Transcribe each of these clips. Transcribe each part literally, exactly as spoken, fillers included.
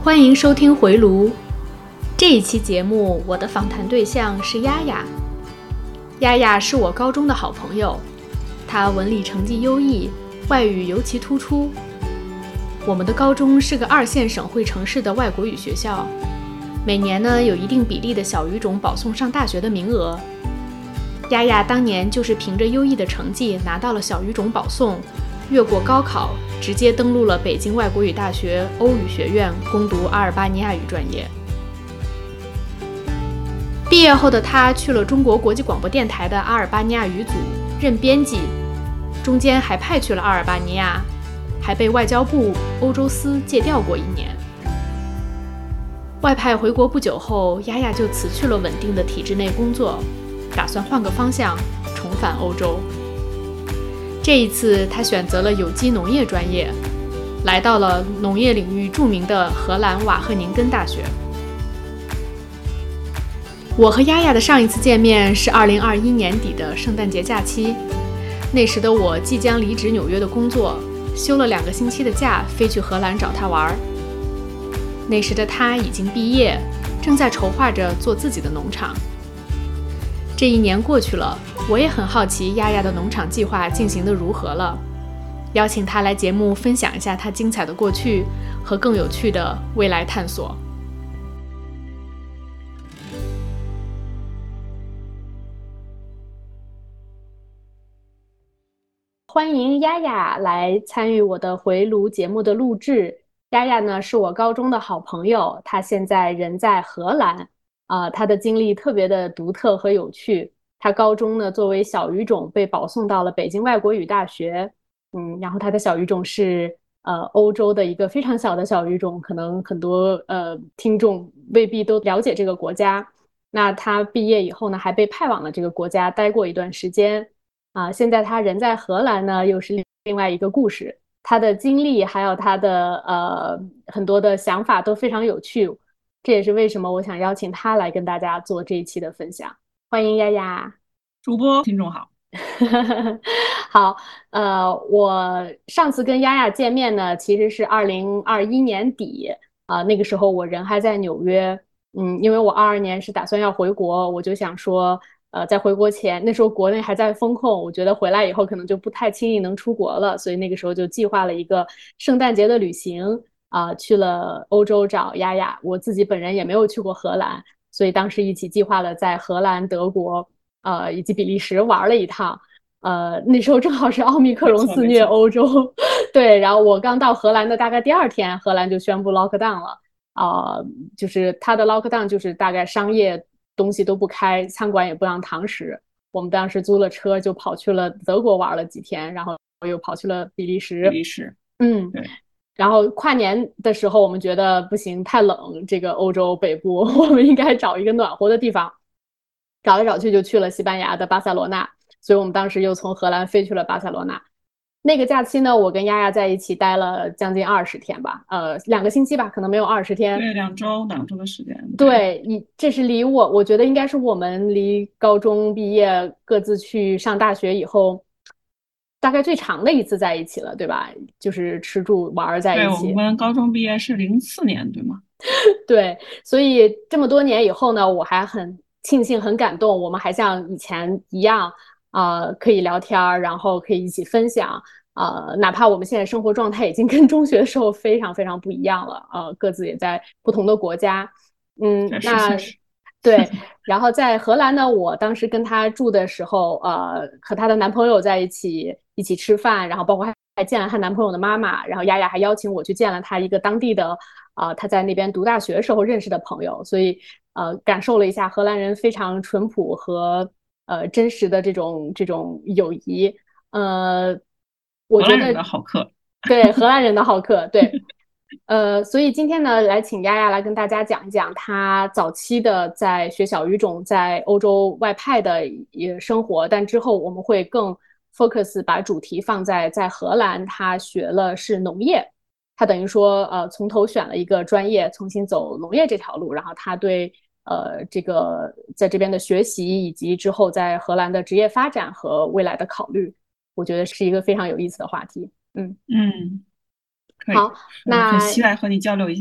欢迎收听回炉。这一期节目，我的访谈对象是丫丫。丫丫是我高中的好朋友，她文理成绩优异，外语尤其突出。我们的高中是个二线省会城市的外国语学校，每年呢有一定比例的小语种保送上大学的名额。丫丫当年就是凭着优异的成绩拿到了小语种保送，越过高考，直接登陆了北京外国语大学欧语学院攻读阿尔巴尼亚语专业。毕业后的他去了中国国际广播电台的阿尔巴尼亚语组任编辑，中间还派去了阿尔巴尼亚，还被外交部欧洲司借调过一年。外派回国不久后，丫丫就辞去了稳定的体制内工作，打算换个方向，重返欧洲。这一次，他选择了有机农业专业，来到了农业领域著名的荷兰瓦赫宁根大学。我和丫丫的上一次见面是二零二一年底的圣诞节假期，那时的我即将离职纽约的工作，休了两个星期的假，飞去荷兰找他玩。那时的他已经毕业，正在筹划着做自己的农场。这一年过去了，我也很好奇丫丫的农场计划进行得如何了，邀请她来节目分享一下她精彩的过去和更有趣的未来探索。欢迎丫丫来参与我的回炉节目的录制。丫丫呢是我高中的好朋友，她现在人在荷兰，呃，她的经历特别的独特和有趣。她高中呢作为小语种被保送到了北京外国语大学，嗯，然后她的小语种是呃欧洲的一个非常小的小语种，可能很多呃听众未必都了解这个国家。那她毕业以后呢，还被派往了这个国家待过一段时间。啊，现在他人在荷兰呢，又是另外一个故事。他的经历还有他的呃很多的想法都非常有趣，这也是为什么我想邀请他来跟大家做这一期的分享。欢迎丫丫。 主播听众好。 好，呃，我上次跟丫丫见面呢，其实是二零二一年底，啊、呃，那个时候我人还在纽约，嗯，因为我二二年是打算要回国，我就想说。呃，在回国前，那时候国内还在封控，我觉得回来以后可能就不太轻易能出国了，所以那个时候就计划了一个圣诞节的旅行，啊、呃，去了欧洲找丫丫。我自己本人也没有去过荷兰，所以当时一起计划了在荷兰、德国，呃，以及比利时玩了一趟。呃，那时候正好是奥密克戎肆虐欧洲，对，然后我刚到荷兰的大概第二天，荷兰就宣布 lockdown 了，啊、呃，就是它的 lockdown 就是大概商业。东西都不开，餐馆也不让堂食。我们当时租了车就跑去了德国玩了几天，然后又跑去了比利时。 比利时， 嗯， 对。 然后跨年的时候，我们觉得不行，太冷，这个欧洲北部，我们应该找一个暖和的地方。找来找去就去了西班牙的巴塞罗那，所以我们当时又从荷兰飞去了巴塞罗那。那个假期呢，我跟丫丫在一起待了将近二十天吧，呃，两个星期吧，可能没有二十天。 对，两周，两周的时间。 对，你这是离我，我觉得应该是我们离高中毕业各自去上大学以后，大概最长的一次在一起了，对吧？就是吃住玩在对， 一起。 我们高中毕业是零四年，对吗？ 对，所以这么多年以后呢，我还很庆幸、很感动，我们还像以前一样，呃，可以聊天儿，然后可以一起分享，呃，哪怕我们现在生活状态已经跟中学的时候非常非常不一样了，呃，各自也在不同的国家，嗯， 确实，确那实。 对，然后在荷兰呢，我当时跟她住的时候，呃，和她的男朋友在一起一起吃饭，然后包括还见了她男朋友的妈妈，然后丫丫还邀请我去见了她一个当地的。啊、呃，他在那边读大学时候认识的朋友，所以呃，感受了一下荷兰人非常淳朴和呃真实的这种这种友谊。呃，我荷兰人觉得的好客。 对荷兰人的好客，对。呃，所以今天呢，来请丫丫来跟大家讲一讲她早期的在学小语种在欧洲外派的生活，但之后我们会更 focus 把主题放在在荷兰，她学了是农业。他等于说，呃，从头选了一个专业，重新走农业这条路。然后他对呃这个在这边的学习，以及之后在荷兰的职业发展和未来的考虑，我觉得是一个非常有意思的话题。嗯， 嗯，可以， 好， 很很那期待和你交流一下。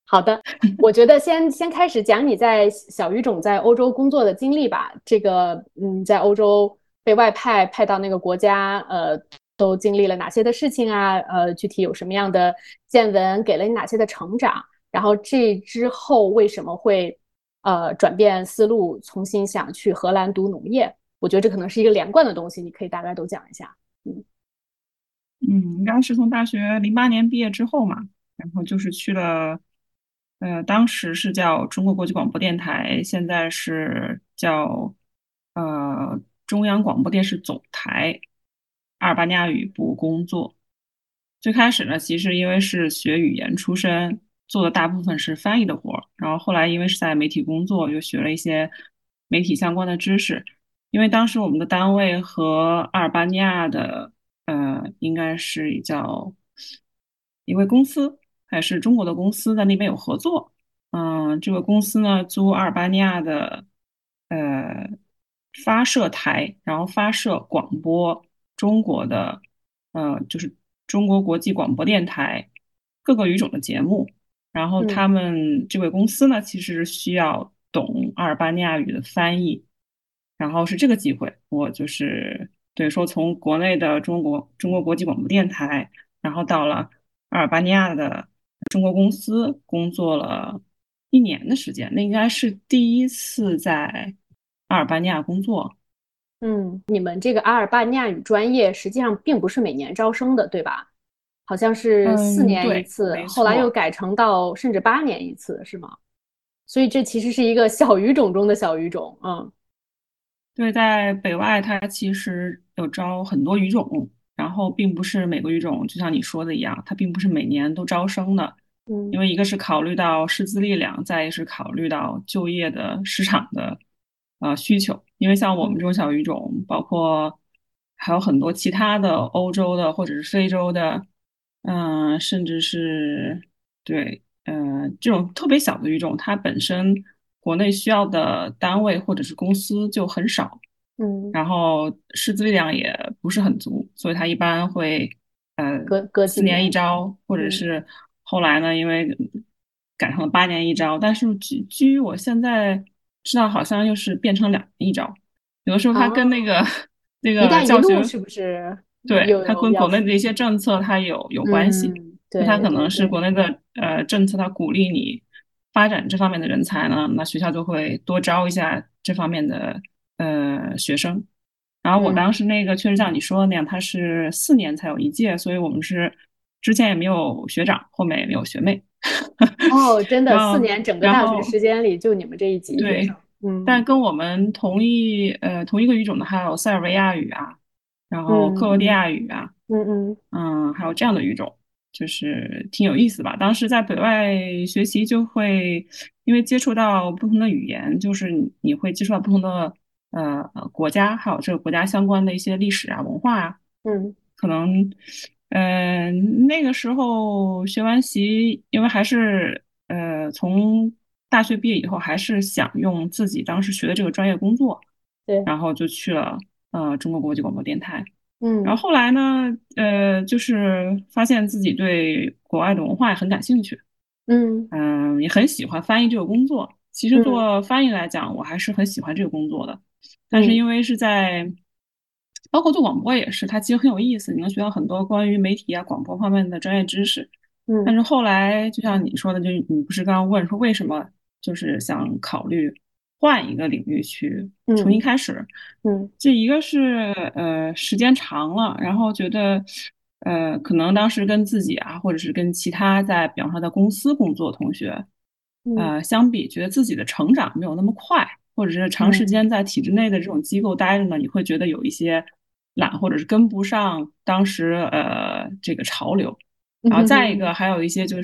好的，我觉得先先开始讲你在小语种在欧洲工作的经历吧。这个，嗯，在欧洲被外派派到那个国家，呃，都经历了哪些的事情啊？呃，具体有什么样的见闻，给了你哪些的成长？然后这之后为什么会呃转变思路，重新想去荷兰读农业？我觉得这可能是一个连贯的东西，你可以大概都讲一下。嗯嗯，应该是从大学零八年毕业之后嘛，然后就是去了，呃，当时是叫中国国际广播电台，现在是叫呃中央广播电视总台阿尔巴尼亚语部工作。最开始呢，其实因为是学语言出身，做的大部分是翻译的活儿，然后后来因为是在媒体工作，又学了一些媒体相关的知识。因为当时我们的单位和阿尔巴尼亚的呃，应该是叫一位公司，还是中国的公司在那边有合作。嗯，这个公司呢租阿尔巴尼亚的呃发射台，然后发射广播中国的呃就是中国国际广播电台各个语种的节目。然后嗯他们这位公司呢，其实需要懂阿尔巴尼亚语的翻译，然后是这个机会，我就是对说从国内的中国中国国际广播电台，然后到了阿尔巴尼亚的中国公司工作了一年的时间，那应该是第一次在阿尔巴尼亚工作。 嗯，你们这个阿尔巴尼亚语专业实际上并不是每年招生的，对吧？好像是四嗯， 年一对， 次，后来又没错。 改成到甚至八年一次，是吗？所以这其实是一个小语种中的小语种。嗯对，在北外，它其实有招很多语种，然后并不是每个语种，就像你说的一样，它并不是每年都招生的，因嗯为一个是考虑到师资力量，再一个是考虑到就业的市场的呃需求。因为像我们这嗯种小语种，包括还有很多其他的欧洲的或者是非洲的，嗯、甚至是对。嗯、呃这种特别小的语种，它本身国内需要的单位或者是公司就很少， 嗯， 然后师资力量也不是很足，所以它一般会呃隔隔几四年一年。 招，或者嗯是后来呢，因为赶上了八年一招，但是据据我现在知道，好像又是变成两年一招，有的时候它跟那啊， 个那 “一个教学。 带一路”是不是对， 又它跟有要？ 国内的一些政策它有有关系， 嗯， 就它对可能是对对。 国内的呃政策，它鼓励你发展这方面的人才呢，那学校就会多招一下这方面的呃学生。然后我当嗯， 时那个确实像你说的那样，它是四年才有一届，所以我们是之前也没有学长，后面也没有学妹。 哦，真的， 然后四年整个大学然后时间里，就你们这一级学生。 对，但嗯跟我们同一呃同一个语种的还有塞尔维亚语啊，然后克罗地嗯嗯亚语啊。 嗯嗯嗯，还有这样的语种，就是挺有意思吧。当时在北外学习，就会因为接触到不同的语言，就是你你会接触到不同的呃呃国家，还有这个国家相关的一些历史啊、文化啊， 嗯可能嗯、呃那个时候学完习，因为还是呃从大学毕业以后，还是想用自己当时学的这个专业工作， 对。 然后就去了呃中国国际广播电台。然后嗯后来呢，呃，就是发现自己对国外的文化也很感兴趣， 嗯嗯，也很喜欢翻译这个工作。其实嗯做翻译来讲，我还是很喜欢这个工作的，但是嗯因为是在，包括做广播也是，它其实很有意思，你能学到很多关于媒体啊、广播方面的专业知识。但嗯是后来，就像你说的，就是你不是刚刚问说为什么就是想考虑换一个领域去重新嗯开始？ 嗯这一个是呃时间长了，然后觉得呃可能当时跟自己啊，或者是跟其他在比方说在公司工作的同学， 嗯呃相比，觉得自己的成长没有那么快，或者是长时嗯间在体制内的这种机构待着呢，你会觉得有一些懒，或者是跟不上当时呃这个潮流。然后再一个， 嗯还有一些就是，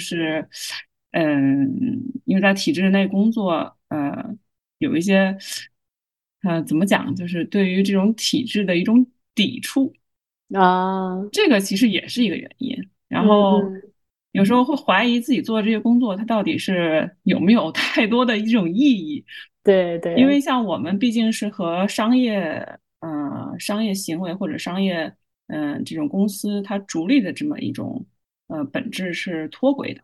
嗯，因为在体制内工作，呃，有一些，呃，怎么讲，就是对于这种体制的一种抵触， 啊这个其实也是一个原因。然后嗯嗯， 有时候会怀疑自己做的这些工作，它到底是有没有太多的一种意义。 对对。 因为像我们毕竟是和商业，呃，商业行为或者商业，嗯、这种公司它逐利的这么一种，呃，本质是脱轨的。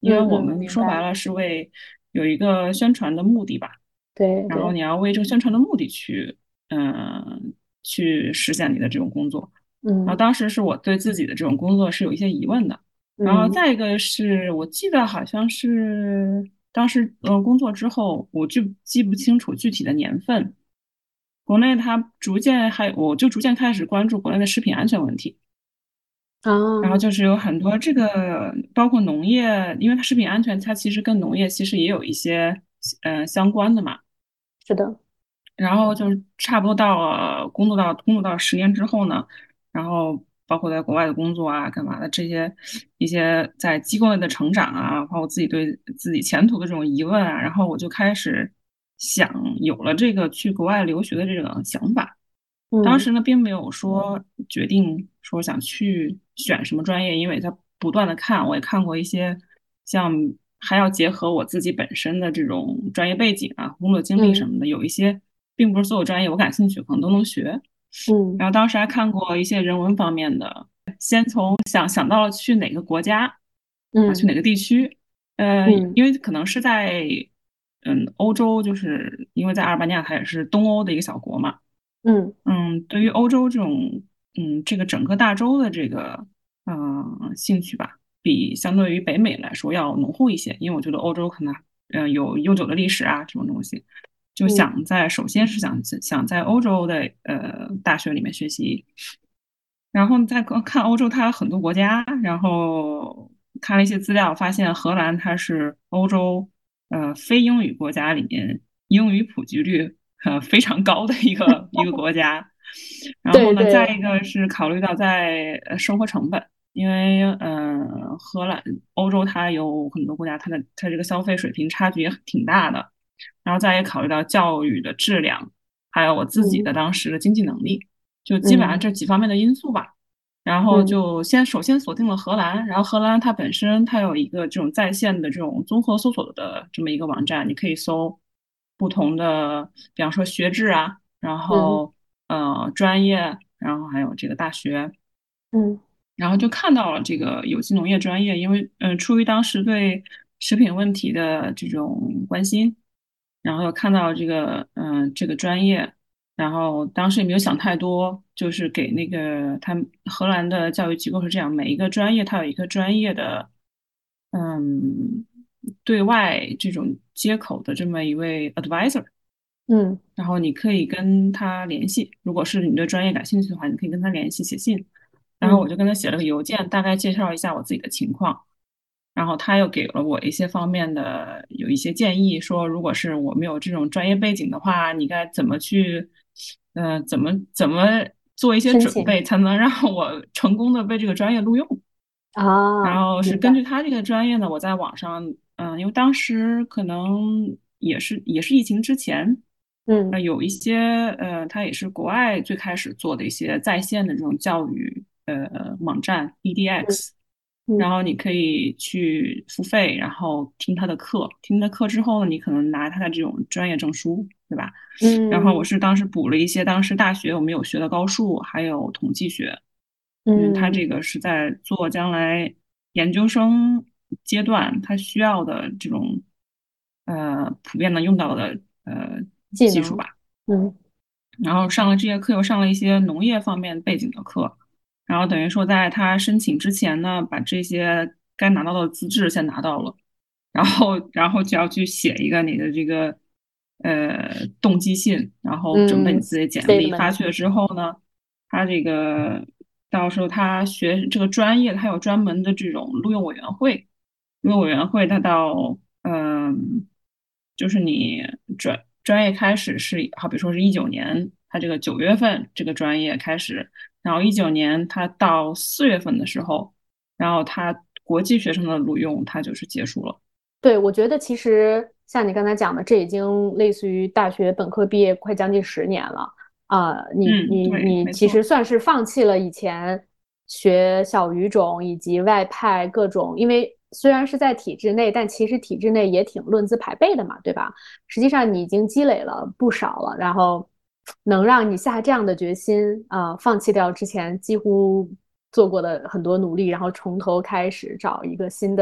因为嗯嗯， 我们明白。 说白了是为有一个宣传的目的吧，然后对对。 你要为这个宣传的目的去，嗯、去实现你的这种工作。然后嗯当时是我对自己的这种工作是有一些疑问的，然后嗯再一个是我记得好像是当时呃工作之后，我就记不清楚具体的年份，国内它逐渐还我就逐渐开始关注国内的食品安全问题。然后啊， 就是有很多这个，包括农业，因为它食品安全，它其实跟农业其实也有一些呃相关的嘛。 是的。 然后就是差不多到了工作到工作到十年之后呢，然后包括在国外的工作啊，干嘛的这些一些在机构内的成长啊，包括自己对自己前途的这种疑问啊，然后我就开始想有了这个去国外留学的这个想法。当嗯时呢，并没有说决定说想去选什么专业，因为在不断的看，我也看过一些像还要结合我自己本身的这种专业背景啊、工作经历什嗯么的，有一些并不是所有专业我感兴趣，可能都能学。 嗯然后当时还看过一些人文方面的，想想到了去哪个国家啊，去嗯哪个地区，呃， 嗯因为可能是在嗯欧洲，就是因为在阿尔巴尼亚它也是东欧的一个小国嘛。 嗯嗯，对于欧洲这种，嗯，这个整个大洲的这个，嗯、兴趣吧，比相对于北美来说要浓厚一些，因为我觉得欧洲可能，嗯、有悠久的历史啊，这种东西，就嗯想在，首先是想想在欧洲的呃大学里面学习，然后再看看欧洲，它有很多国家，然后看了一些资料，发现荷兰它是欧洲呃非英语国家里面英语普及率呃非常高的一个一个国家。然后呢，再对对。 一个是考虑到在呃生活成本，因为呃荷兰欧洲它有很多国家，它的它这个消费水平差距也挺大的。然后再也考虑到教育的质量，还有我自己的嗯当时的经济能力。就基本上嗯这几方面的因素吧。然后嗯就先首先锁定了荷兰，然后荷兰它本身它有一个这种在线的这种综合搜索的这么一个网站，你可以搜不同的，比方说学制啊，然嗯后呃专业，然后还有这个大学， 嗯然后就看到了这个有机农业专业，因为嗯、呃出于当时对食品问题的这种关心，然后又看到这个嗯、呃这个专业。然后当时也没有想太多，就是给那个他们荷兰的教育机构是这样，每一个专业它有一个专业的，嗯，对外这种接口的这么一位 advisor， 嗯然后你可以跟他联系，如果是你对专业感兴趣的话，你可以跟他联系写信，然后我嗯就跟他写了个邮件，大概介绍一下我自己的情况，然后他又给了我一些方面的有一些建议，说如果是我们有这种专业背景的话，你该怎么去，呃，怎么怎么做一些申请准备，才能让我成功的被这个专业录用。然啊， 后是根据明白。 他这个专业呢，我在网上，嗯，因为当时可能也是也是疫情之前，呃， 嗯有一些呃，他也是国外最开始做的一些在线的这种教育呃网站嗯 E D X，然嗯后你可以去付费，然后听他的课，听他的课之后呢，你可能拿他的这种专业证书，对吧？然后我嗯是当时补了一些当时大学我们有学的高数，还有统计学，因为他嗯， 这个是在做将来研究生阶段他需要的这种呃普遍能用到的呃技能。 技术吧。 嗯然后上了这些课，又上了一些农业方面背景的课，然后等于说在他申请之前呢，把这些该拿到的资质先拿到了，然后然后就要去写一个你的这个呃动机信，然后准备嗯你自己的简历发 ，statement。 去了之后呢，他这个到时候他学这个专业，他有专门的这种录用委员会，录用委员会他到嗯。就是你专专业开始是好比说是一九年，他这个九月份这个专业开始，然后一九年他到四月份的时候，然后他国际学生的录用他就是结束了。 对，我觉得其实像你刚才讲的，这已经类似于大学本科毕业快将近十年了啊，你嗯， 你对， 你其实没错。 算是放弃了以前学小语种以及外派各种，因为虽然是在体制内，但其实体制内也挺论资排辈的嘛，对吧？实际上你已经积累了不少了，然后能让你下这样的决心啊，放弃掉之前几乎做过的很多努力，然后从头开始找一个新的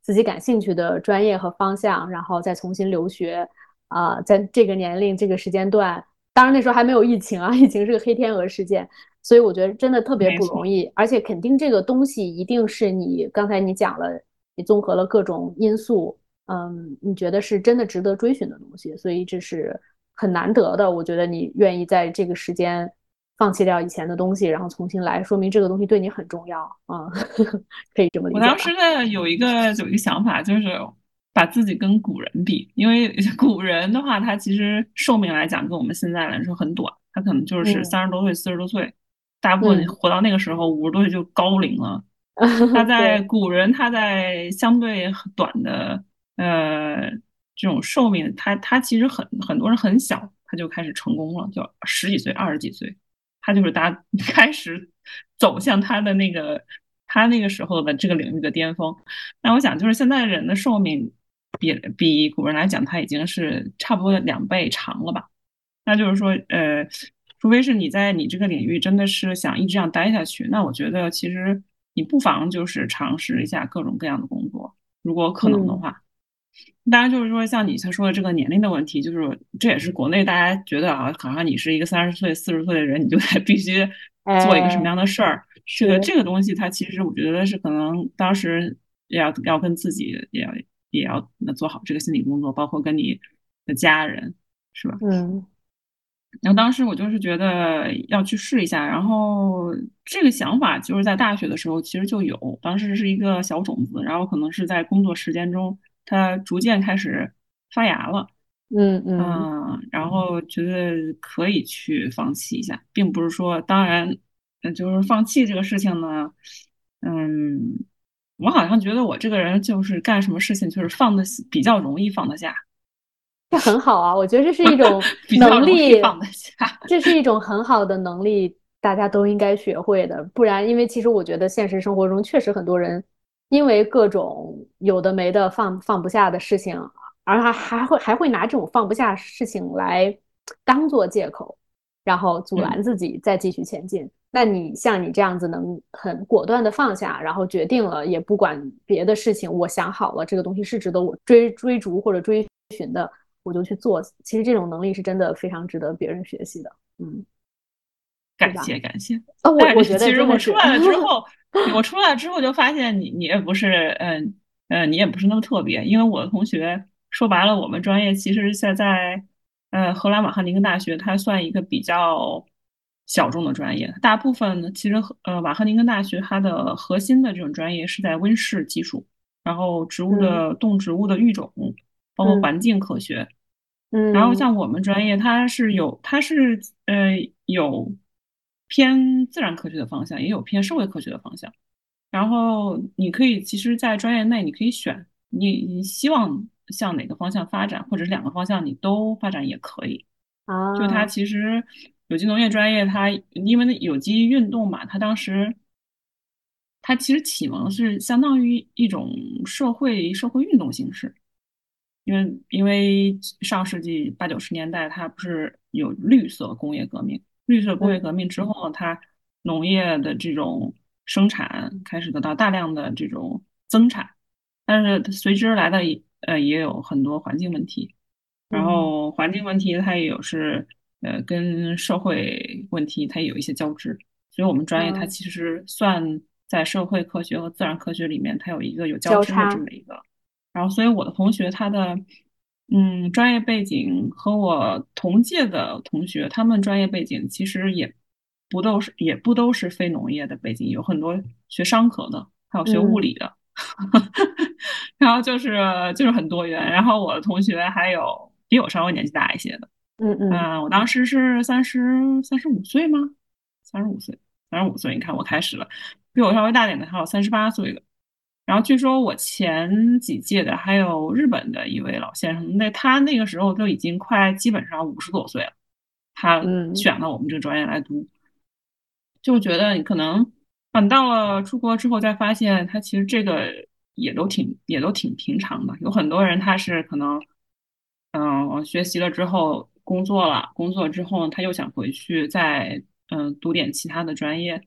自己感兴趣的专业和方向，然后再重新留学。啊、在这个年龄这个时间段，当然那时候还没有疫情啊，疫情是个黑天鹅事件，所以我觉得真的特别没错。 不容易，而且肯定这个东西一定是你刚才你讲了，你综合了各种因素，嗯，你觉得是真的值得追寻的东西，所以这是很难得的。我觉得你愿意在这个时间放弃掉以前的东西，然后重新来，说明这个东西对你很重要啊，可以这么理解吧？ 我当时的有一个有一个想法，就是把自己跟古人比，因为古人的话，他其实寿命来讲跟我们现在来说很短，他可能就是嗯三十多岁、四十多岁，大部分嗯， 活到那个时候五十多岁就高龄了。他在对， 古人，他在相对很短的呃这种寿命，他他其实很很多人很小他就开始成功了，就十几岁、二十几岁，他就是大家开始走向他的那个他那个时候的这个领域的巅峰。那我想，就是现在人的寿命比比古人来讲，他已经是差不多两倍长了吧？那就是说，呃，除非是你在你这个领域真的是想一直这样待下去，那我觉得其实你不妨就是尝试一下各种各样的工作，如果可能的嗯， 话。当然，就是说像你才说的这个年龄的问题，就是这也是国内大家觉得啊，好像你是一个三十岁、四十岁的人，你就得必须做一个什么哎， 样的事儿。这个是， 这个东西，它其实我觉得是可能当时也要要跟自己也要也要做好这个心理工作，包括跟你的家人，是吧？ 嗯然后当时我就是觉得要去试一下，然后这个想法就是在大学的时候其实就有，当时是一个小种子，然后可能是在工作时间中，它逐渐开始发芽了。 嗯嗯。 嗯，然后觉得可以去放弃一下，并不是说，当然，嗯，就是放弃这个事情呢，嗯，我好像觉得我这个人就是干什么事情就是放得比较容易放得下， 这很好啊，我觉得这是一种比较容易能力， 放得下。 这是一种很好的能力，大家都应该学会的。不然，因为其实我觉得现实生活中确实很多人因为各种有的没的放放不下的事情，而还还会还会拿这种放不下事情来当做借口，然后阻嗯。 拦自己再继续前进。那你像你这样子能很果断的放下，然后决定了，也不管别的事情，我想好了，这个东西是值得我追追逐或者追寻的。我就去做。其实这种能力是真的非常值得别人学习的，嗯，对感吧？ 谢感谢。 啊、我我觉但是其实得真的是， 我出来了之后，我出来之后就发现你你也不是，嗯嗯，你也不是那么特别。因为我的同学说白了，我们专业其实现在，呃，荷兰瓦赫宁根大学它算一个比较小众的专业，大部分呢其实呃瓦赫宁根大学它的核心的这种专业是在温室技术，然后植物嗯的动植物的育种，包括嗯环境科学。然后嗯像我们专业，它是有它是呃有偏自然科学的方向，也有偏社会科学的方向。然后你可以其实，在专业内你可以选你你希望向哪个方向发展，或者是两个方向你都发展也可以。就它啊， 其实有机农业专业它，因为那有机运动嘛，它当时它其实启蒙是相当于一种社会社会运动形式。因为因为上世纪八九十年代，它不是有绿色工业革命？绿色工业革嗯命之后，它农业的这种生产开始得到大量的这种增产，但是随之而来的也呃也有很多环境问题，然嗯后环境问题它也有是呃跟社会问题它也有一些交织，所以我们专业它嗯， 其实算在社会科学和自然科学里面，它有一个有交织的这交叉， 么一个。然后，所以我的同学他的嗯专业背景和我同届的同学，他们专业背景其实也不都是也不都是非农业的背景，有很多学商科的，还有学物嗯理的，然后就是就是很多元。然后我的同学还有比我稍微年纪大一些的， 嗯嗯嗯、我当时是三十三十五岁吗？三十五岁，三十五岁，你看我开始了，比我稍微大点的还有三十八岁的。然后据说我前几届的还有日本的一位老先生，那他那个时候都已经快基本上五十多岁了，他嗯。 选了我们这个专业来读，就觉得你可能啊，你到了出国之后再发现，他其实这个也都挺也都挺平常的。有很多人他是可能，嗯，学习了之后工作了，工作之后他又想回去再嗯读点其他的专业，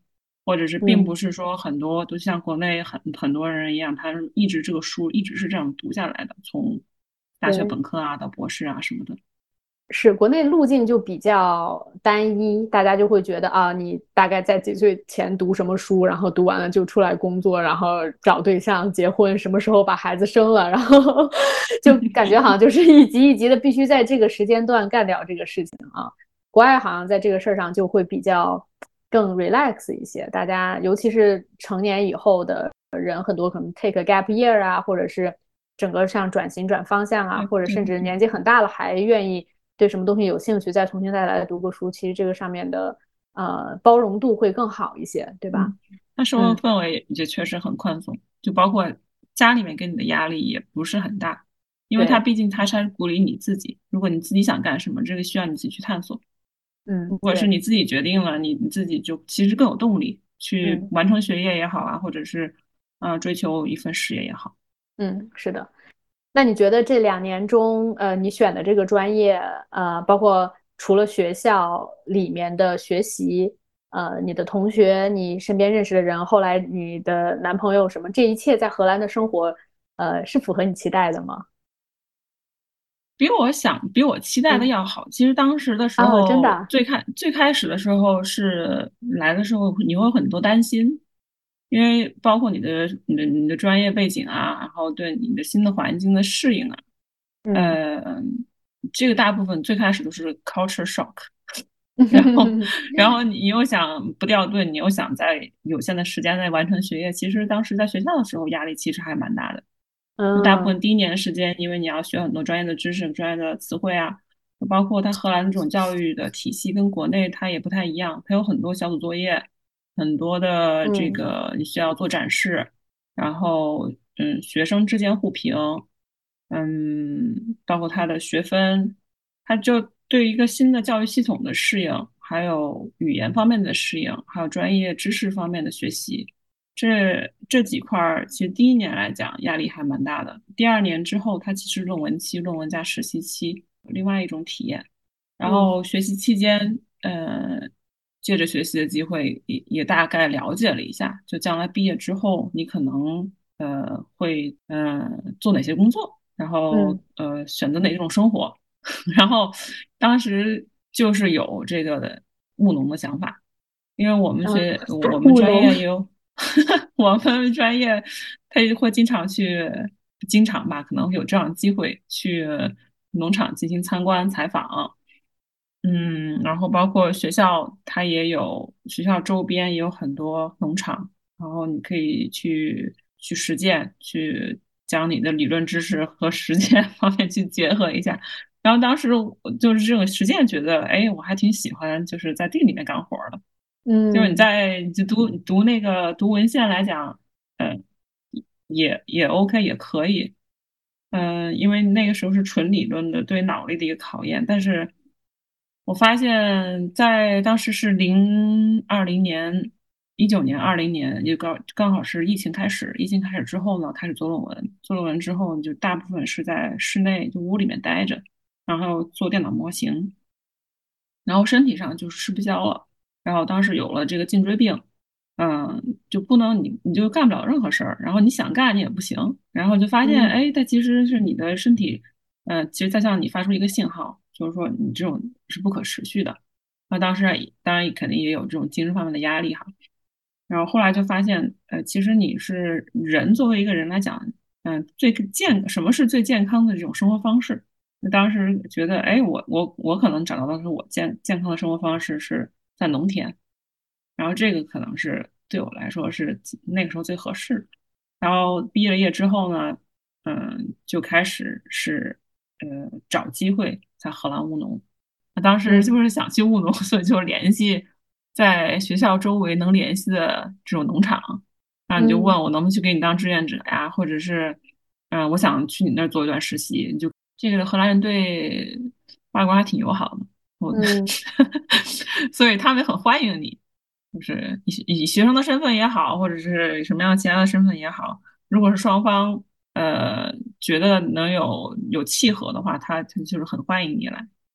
或者是并嗯， 不是说很多都像国内很很多人一样，他一直这个书一直是这样读下来的，从大学对。 本科啊到博士啊什么的。 是国内路径就比较单一，大家就会觉得啊，你大概在几岁前读什么书，然后读完了就出来工作，然后找对象、结婚，什么时候把孩子生了，然后就感觉好像就是一级一级的必须在这个时间段干掉这个事情啊。国外好像在这个事儿上就会比较更 relax 一些，大家尤其是成年以后的人，很多可能 take a gap year 啊，或者是整个上转型转方向啊， 对或者甚至对对年纪很大了还愿意对什么东西有兴趣，再重新再来读个书，其实这个上面的呃包容度会更好一些，对吧？ 嗯，那生活嗯， 氛围也确实很宽松，就包括家里面给你的压力也不是很大，因为他对， 毕竟他是鼓励你自己，如果你自己想干什么，这个需要你自己去探索。如嗯， 果是对， 你自己决定了，你你自己就其实更有动力去嗯完成学业也好啊，或者是啊、呃追求一份事业也好。 嗯，是的。那你觉得这两年中，呃，你选的这个专业，呃，包括除了学校里面的学习，呃，你的同学，你身边认识的人，后来你的男朋友什么，这一切在荷兰的生活，呃，是符合你期待的吗？ 比我想，比我期待的嗯， 要好。其实当时的时哦，真的候， 啊最开最开始的时候是来的时候，你会有很多担心，因为包括你的你的你的专业背景啊，然后对你的新的环境的适应啊， 嗯， 呃，这个大部分最开始都是 culture shock。然后，然后你又想不掉队，你又想在有限的时间内完成学业，其实当时在学校的时候压力其实还蛮大的。就大部分嗯第一年的时间，因为你要学很多专业的知识、专业的词汇啊，包括它荷兰这种教育的体系跟国内它也不太一样，它有很多小组作业，很多的这嗯个你需要做展示，然后嗯，学生之间互评，嗯，包括它的学分，它就对于一个新的教育系统的适应，还有语言方面的适应，还有专业知识方面的学习。这这几块儿，其实第一年来讲压力还蛮大的。第二年之后，它其实论文期、论文加实习期，另外一种体验。然嗯后学习期间，呃，借着学习的机会也也大概了解了一下，就将来毕业之后，你可能呃会呃做哪些工作，然后嗯， 呃选择哪种生活。然后当时就是有这个的务农的想法。因为我们啊， 学我们专务农， 业也有，我们专业他也会经常去，经常吧，可能会有这样的机会去农场进行参观采访。嗯，然后包括学校，它也有学校周边也有很多农场，然后你可以去去实践，去将你的理论知识和实践方面去结合一下。然后当时我就是这种实践，觉得哎，我还挺喜欢，就是在地里面干活儿的。就是你嗯在就读读那个读文献来讲，嗯，也也 OK，也可以。嗯，因为那个时候是纯理论的，对脑力的一个考验。但是我发现，在当时是零二零年、一九年、二零年，也刚刚好是疫情开始。疫情开始之后呢，开始做论文。做论文之后，你就大部分是在室内，就屋里面待着，然后做电脑模型。然后身体上就吃不消了，然后当时有了这个颈椎病，嗯，就不能你你就干不了任何事儿，然后你想干你也不行，然后就发现， 嗯哎，它其实是你的身体，嗯，其实在向你发出一个信号，就是说你这种是不可持续的。那当时也当然肯定也有这种精神方面的压力哈，然后后来就发现，呃，其实你是人作为一个人来讲，嗯、最健什么是最健康的这种生活方式？那当时觉得，哎，我我我可能找到的是我健健康的生活方式是在农田，然后这个可能是对我来说是那个时候最合适的。然后毕业了业之后呢，嗯，就开始是呃找机会在荷兰务农。那当时就嗯是想去务农，所以就联系在学校周围能联系的这种农场，然后你就问嗯我能不能去给你当志愿者呀，或者是嗯、呃我想去你那儿做一段实习，你就这个荷兰人对外国人还挺友好的，我嗯所以他们很欢迎你，就是以以学生的身份也好，或者是什么样其他的身份也好，如果是双方呃觉得能有有契合的话，他他就是很欢迎你来。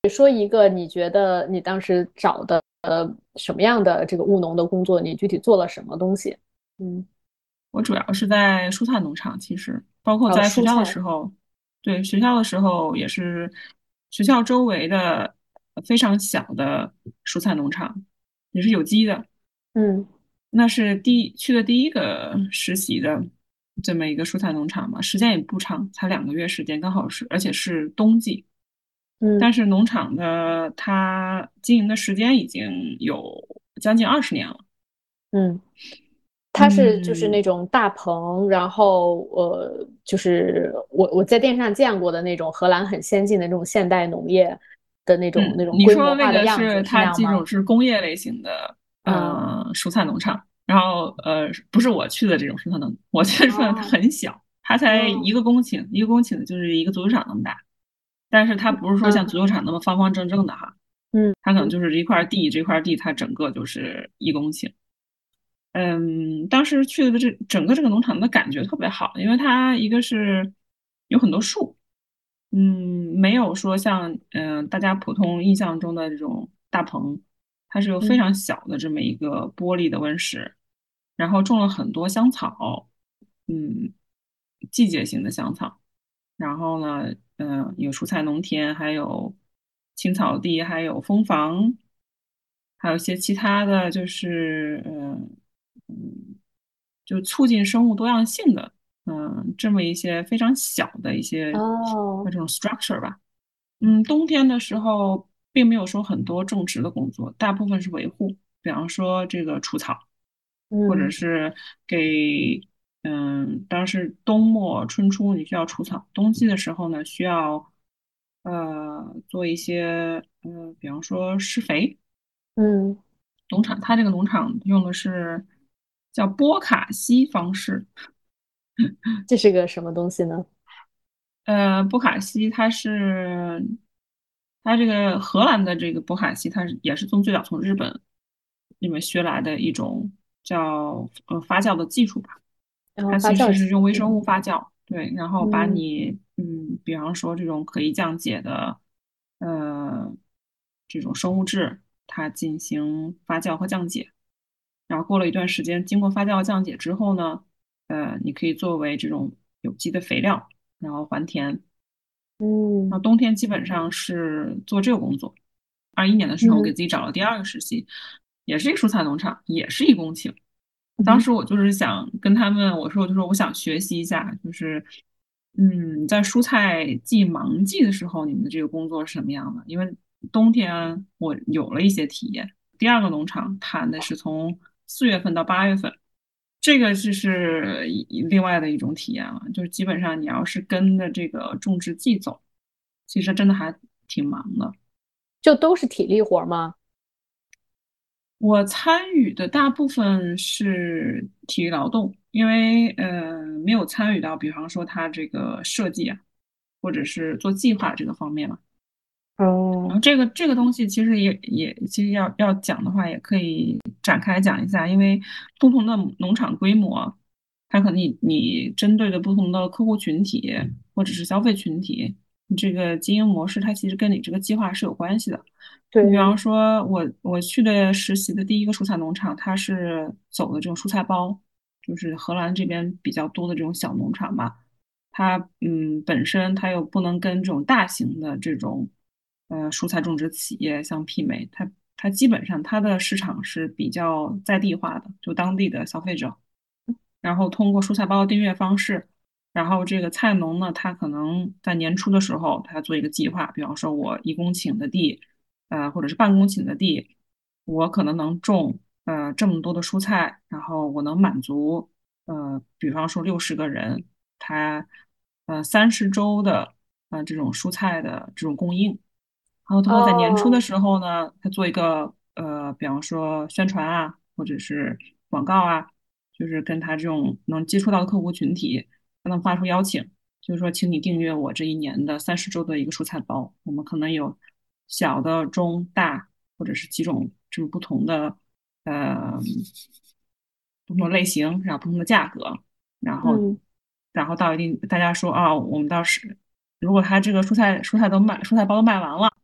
说一个你觉得你当时找的呃什么样的这个务农的工作，你具体做了什么东西？嗯， 我主要是在蔬菜农场，其实包括哦， 在学校的蔬菜， 时候，对，学校的时候也是学校周围的非常小的蔬菜农场，也是有机的。 嗯那是第去的第一个实习的这么一个蔬菜农场嘛，时间也不长，才两个月时间，刚好是，而且是冬季。 嗯但是农场的它经营的时间已经有将近二十年了。 嗯。它是就是嗯那种大棚，然后呃，就是我我在电视上见过的那种荷兰很先进的那种现代农业的那种那嗯， 种你规模化的说的那个样子，是那是它样吗？ 这种是工业类型的嗯， 呃蔬菜农场，然后呃不是我去的这种蔬菜农，我去的蔬菜它哦， 很小，它才一哦， 个公顷，一个公顷就是一个足球场那么大，但是它不是说像足嗯球场那么方方正正的哈， 嗯它可能就是一块地，这块地它整个就是一公顷。嗯，当时去的这整个这个农场的感觉特别好，因为它一个是有很多树，嗯，没有说像嗯、呃大家普通印象中的这种大棚，它是有非嗯常小的这么一个玻璃的温室，然后种了很多香草，嗯，季节性的香草，然后呢，嗯、有蔬菜农田，还有青草地，还有蜂房，还有一些其他的就是嗯嗯，就促进生物多样性的，嗯，这么一些非常小的一些呃哦， 这种 structure 吧。嗯，冬天的时候并没有说很多种植的工作，大部分是维护，比方说这个除草，或者嗯是给嗯，当时冬末春初你需要除草，冬季的时候呢需要呃做一些呃，比方说施肥。 嗯， 农场它这个农场用的是叫波卡西方式， 这是个什么东西呢？ 呃，波卡西它是它这个荷兰的这个波卡西，它是也是从最早从日本里面学来的一种叫呃发酵的技术吧。 然后它其实是发酵机， 用微生物嗯发酵，对，然后把嗯你嗯，比方说这种可以降解的呃这种生物质，它进行发酵和降解。然后过了一段时间，经过发酵降解之后呢，呃，你可以作为这种有机的肥料，然后还田。那嗯冬天基本上是做这个工作。二一年的时候，我给嗯自己找了第二个实习，也是一个蔬菜农场，也是一公顷。当嗯， 时我就是想跟他们我说，我就说我想学习一下，就是嗯，在蔬菜季忙季的时候，你们的这个工作是什么样的？因为冬天我有了一些体验。第二个农场谈的是从四月份到八月份，这个就是一另外的一种体验了。就是基本上你要是跟着这个种植季走，其实真的还挺忙的。 就都是体力活儿吗？ 我参与的大部分是体力劳动，因为呃没有参与到，比方说它这个设计啊，或者是做计划这个方面嘛。然哦， 后这个这个东西其实也也其实要要讲的话，也可以展开讲一下，因为不同的农场规模，它可能你你针对的不同的客户群体或者是消费群体，你这个经营模式它其实跟你这个计划是有关系的。你比方对， 说我我去的实习的第一个蔬菜农场，它是走的这种蔬菜包，就是荷兰这边比较多的这种小农场吧。它嗯本身它又不能跟这种大型的这种呃蔬菜种植企业相媲美，它它基本上它的市场是比较在地化的，就当地的消费者，然后通过蔬菜包的订阅方式，然后这个菜农呢，他可能在年初的时候，他做一个计划，比方说我一公顷的地，呃或者是半公顷的地，我可能能种呃这么多的蔬菜，然后我能满足呃比方说六十个人。它呃三十周的呃这种蔬菜的这种供应，然后他会在年初的哦， 时候呢，他做一个呃，比方说宣传啊，或者是广告啊，就是跟他这种能接触到的客户群体，他能发出邀请，就是说，请你订阅我这一年的三十周的一个蔬菜包，我们可能有小的、中、大，或者是几种这种不同的呃不同的类型，然后不同的价格，然后嗯然后到一定，大家说啊，我们到时如果他这个蔬菜蔬菜都卖蔬菜包都卖完了。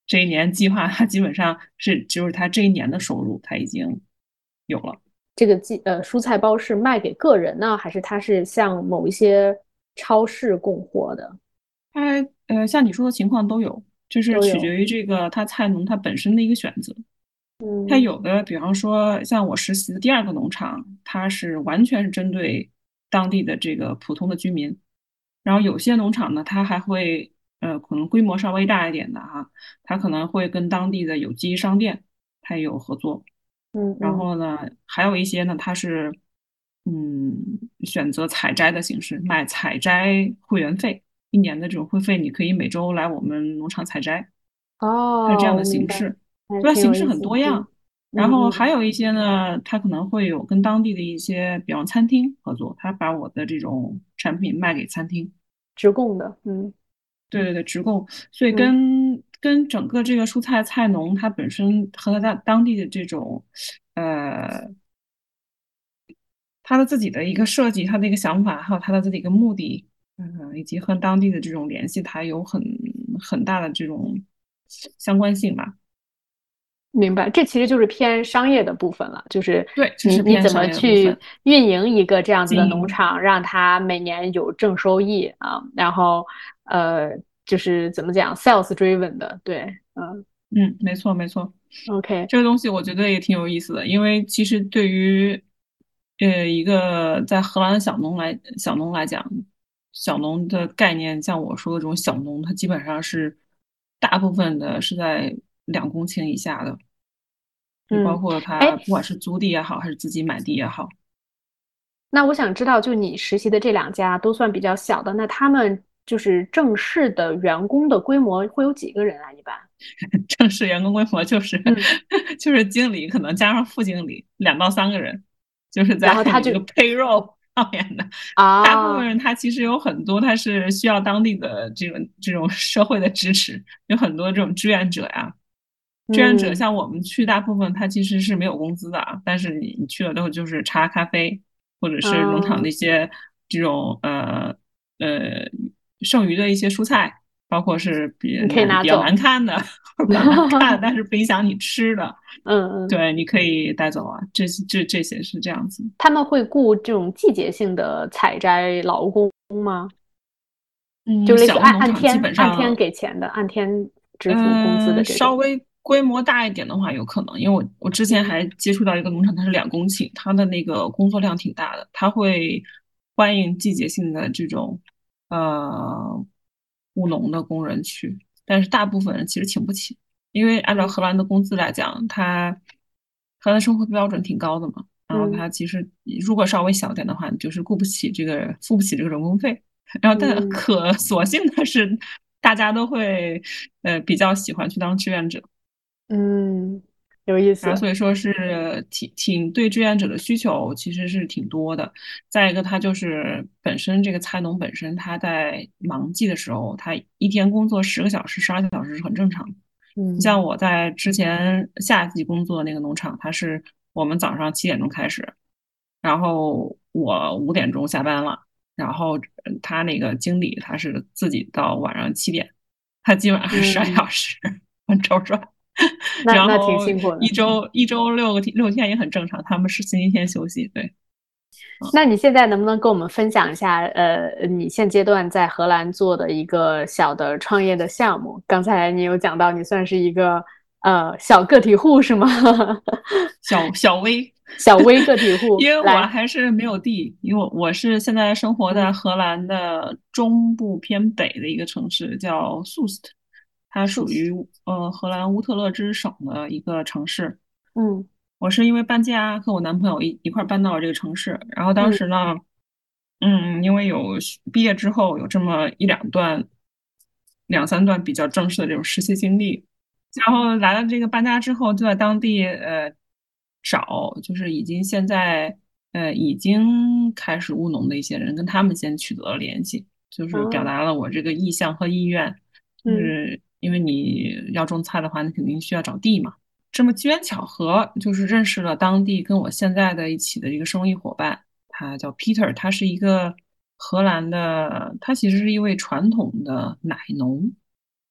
这一年计划，他基本上是就是他这一年的收入他已经有了。 这个季呃蔬菜包是卖给个人呢，还是它是向某一些超市供货的？ 他呃，像你说的情况都有，就是都有。 取决于这个他菜农他本身的一个选择。他嗯有的，比方说像我实习的第二个农场，它是完全是针对当地的这个普通的居民。然后有些农场呢，它还会呃，可能规模稍微大一点的哈，它可能会跟当地的有机商店它也有合作。然嗯嗯。 后呢，还有一些呢，它是嗯选择采摘的形式，卖采摘会员费，一年的这种会费，你可以每周来我们农场采摘，它是这样哦， 的我明白， 形式， 还所以它形式挺有意思。嗯很多样。然后还嗯嗯。 有一些呢，它可能会有跟当地的一些，比方餐厅合作，他把我的这种产品卖给餐厅。 直供的。嗯对对对，直供，所以嗯。 跟跟整个这个蔬菜菜农它本身和它当地的这种，呃，他的自己的一个设计，他的一个想法，还有他的自己一个目的，嗯，以及和当地的这种联系，它有很很大的这种相关性吧。 明白，这其实就是偏商业的部分了，就是对，这是偏你你怎么商业的部分， 去运营一个这样子的农经营。 场，让它每年有正收益啊，然后呃，就是怎么讲，sales driven 的。对。嗯嗯，没错没错， ，OK。 这个东西我觉得也挺有意思的，因为其实对于呃一个在荷兰的小农来小农来讲，小农的概念，像我说的这种小农，它基本上是大部分的是在两公顷以下的，就包嗯。 括他哎， 不管是租地也好，还是自己买地也好。 那我想知道，就你实习的这两家都算比较小的，那他们就是正式的员工的规模会有几个人啊？一般？ 正式员工规模就是嗯。 就是经理可能加上副经理两到三个人，就是在然后他就你这个 payroll 上面的。大部分啊。 人他其实有很多他是需要当地的这种这种社会的支持，有很多这种志愿者呀。志愿者嗯像我们去，大部分他其实是没有工资的啊，但是你你去了之后就是茶咖啡，或者是农场的嗯。 一些这种呃呃剩余的一些蔬菜，包括是比你可以难比较难拿走。 看的或者比较难看，但是不影响你吃的， 嗯嗯。 对，你可以带走啊。这这这些是这样子。 他们会雇这种季节性的采摘劳工吗？就嗯， 类似小的按按农场基天按天本上给钱的，按天支付工资的嗯， 这种。 稍微规模大一点的话，有可能，因为我我之前嗯还接触到一个农场，它是两公顷，它的那个工作量挺大的，它会欢迎季节性的这种呃务农的工人去，但是大部分人其实请不起，因为按照嗯荷兰的工资来讲，它荷兰生活标准挺高的嘛，然后嗯它其实如果稍微小点的话，你就是雇不起这个付不起这个人工费。然后但嗯可所幸的是，大家都会呃比较喜欢去当志愿者， 嗯。有意思。 然后所以说是挺挺对志愿者的需求其实是挺多的。再一个，他就是本身这个菜农本身他在忙季的时候，他一天工作十个小时、十二个小时是很正常的。你像嗯我在之前夏季工作的那个农场，它是我们早上七点钟开始，然后我五点钟下班了，然后呃他那个经理他是自己到晚上七点，他基本上是十二嗯。 小时按周转， 那那挺然后辛苦的。 一周一周六个天六天也很正常，他们是星期天休息，对，嗯那你现在能不能跟我们分享一下，呃，你现阶段在荷兰做的一个小的创业的项目？刚才你有讲到，你算是一个呃小个体户是吗？ 小小微。 小微个体户， 因为我来。 还是没有地，因为我我是现在生活在嗯。 荷兰的中部偏北的一个城市，叫苏斯特，它属于呃荷兰乌特勒支省的一个城市。 嗯我是因为搬家和我男朋友一一块儿搬到了这个城市，然后当嗯时呢，嗯，因为有学毕业之后有这么一两段、两三段比较正式的这种实习经历，然后来了这个搬家之后，就在当地呃找，就是已经现在呃已经开始务农的一些人，跟他们先取得了联系，就是表啊。 达了我这个意向和意愿，就嗯是因为你要种菜的话，你肯定需要找地嘛。这么机缘巧合，就是认识了当地跟我现在的一起的一个生意伙伴，他叫 Peter，他是一个荷兰的，他其实是一位传统的奶农，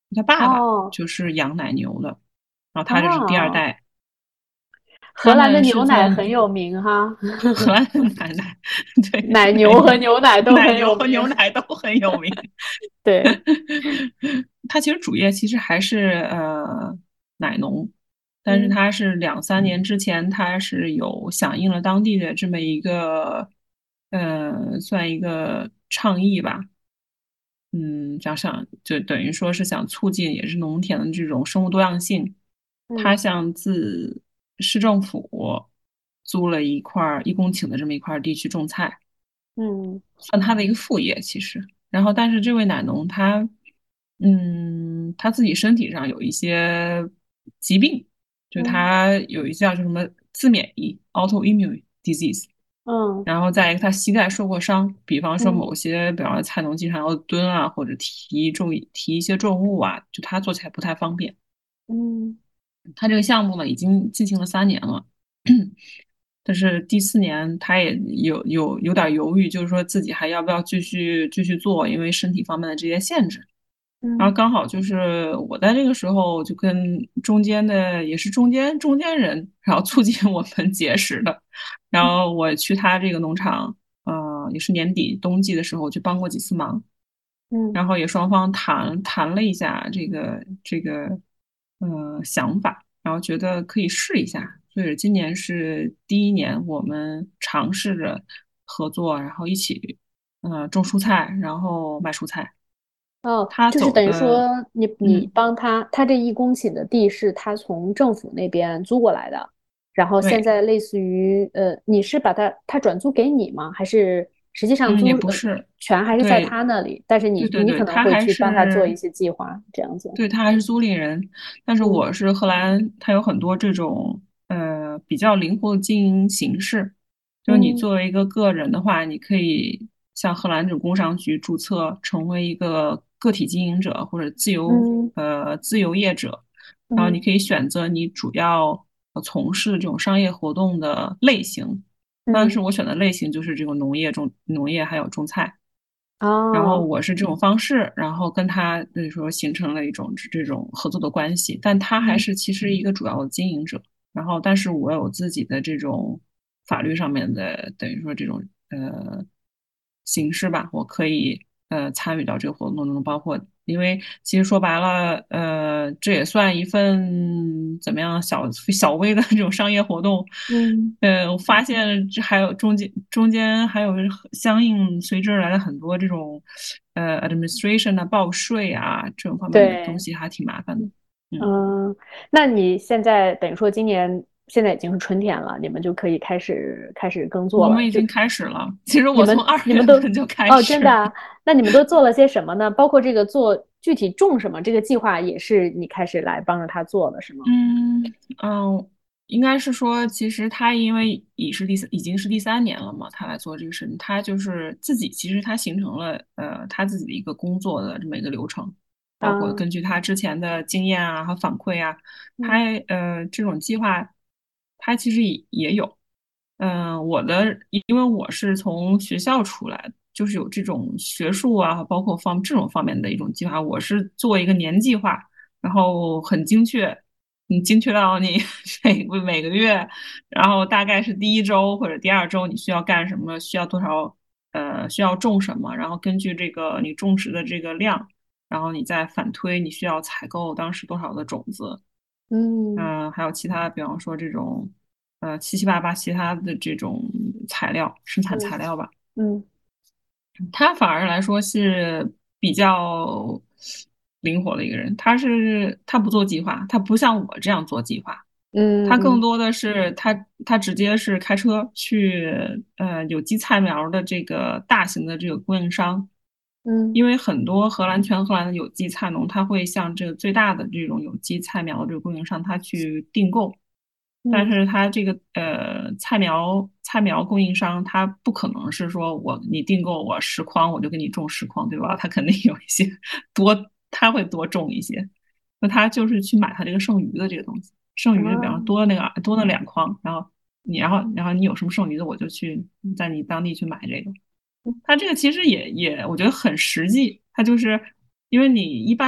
他爸爸哦就是养奶牛的，然后他这是第二哦， 代。他荷兰的们是在牛奶很有名哈， 荷兰的奶奶，对， 奶牛和奶牛、 牛奶都奶牛和很有名。 牛奶都很有名。 对， 他其实主业其实还是呃奶农，但是嗯他是两三年之前，他是有响应了当地的这么一个呃算一个倡议吧。嗯，想想就等于说是想促进也是农田的这种生物多样性。他嗯向自市政府租了一块儿一公顷的这么一块儿地去种菜， 嗯算他的一个副业其实。然后，但是这位奶农他，嗯，他自己身体上有一些疾病，就嗯他有一叫什么自免疫 （autoimmune disease）。 嗯然后再一个，他膝盖受过伤，比方说嗯某些，比方说菜农经常要蹲啊，或者提重提一些重物啊，就他做起来不太方便。 嗯他这个项目呢，已经进行了三年了，但是第四年他也有有有点犹豫，就是说自己还要不要继续继续做，因为身体方面的这些限制。然后嗯刚好就是我在这个时候就跟中间的也是中间中间人，然后促进我们结识的。然后我去他这个农场，呃，也是年底冬季的时候去帮过几次忙。 嗯然后也双方谈谈了一下这个这个呃想法，然后觉得可以试一下，所以今年是第一年我们尝试着合作，然后一起呃种蔬菜，然后卖蔬菜。 哦， 他就是等于走的， 说你你嗯， 帮他，他这一公顷的地是他从政府那边租过来的，然后现对， 在类似于呃，你是把他他转租给你吗？还是实际上嗯，也租呃不是， 权还是在对他那里？但是你对对对， 你可能他还会去帮他做一是些计划，这样子。 对，他还是租赁人，但是嗯我是荷兰，它有很多这种呃比较灵活的经营形式。就是你嗯作为一个个人的话，你可以像荷兰这种工商局注册，成为一个个体经营者或者自由嗯呃自由业者，然后你嗯可以选择你主要呃从事的这种商业活动的类型。当时嗯， 我选的类型就是这个农业种农业还有种菜。然后哦， 我是这种方式，然后跟他就是说形成了一种这种合作的关系，但他还嗯是其实一个主要的经营者，然后但是我有自己的这种法律上面的等于说这种呃形式吧，我可以呃参与到这个活动中，包括因为其实说白了，呃，这也算一份怎么样小小微的这种商业活动。 嗯呃，我发现这还有中间中间还有相应随之而来的很多这种呃 administration 啊、报税啊这种方面的东对。 西，还挺麻烦的。嗯， 嗯，那你现在等于说今年现在已经是春天了，你们就可以开始开始耕作了。就我们已经开始了。其实我从你们二月你们都份就开哦，真始了。 的啊？那你们都做了些什么呢？包括这个做具体种什么，这个计划也是你开始来帮着他做的，是吗？ 嗯嗯，应该是说，其实他因为已是第三，已经是第三年了嘛，他来做这个事情，他就是自己，其实他形成了呃他自己的一个工作的这么一个流程，包括啊， 根据他之前的经验啊和反馈啊，他嗯呃这种计划，他其实也也有。嗯，我的，因为我是从学校出来的，就是有这种学术啊，包括方这种方面的一种计划，我是做一个年计划。然后很精确，你精确到你每个每个月，然后大概是第一周或者第二周你需要干什么，需要多少，呃，需要种什么，然后根据这个你种植的这个量，然后你再反推你需要采购当时多少的种子。 嗯嗯、还有其他，比方说这种，呃，七七八八其他的这种材料，生产材嗯料吧。 嗯他反而来说是比较灵活的一个人，他是他不做计划，他不像我这样做计划，他更嗯嗯多的是他他直接是开车去呃有机菜苗的这个大型的这个供应商。 嗯因为很多荷兰全荷兰的有机菜农，他会向这个最大的这种有机菜苗的这个供应商，他去订购。但嗯是他这个呃菜苗菜苗供应商，他不可能是说我你订购我十筐我就给你种十筐，对吧？他肯定有一些多，他会多种一些。那他就是去买他这个剩余的这个东西，剩余的比方说啊多那个多那两筐，然后你然后然后你有什么剩余的，我就去在你当地去买这个。它这个其实也也我觉得很实际，它就是因为你一般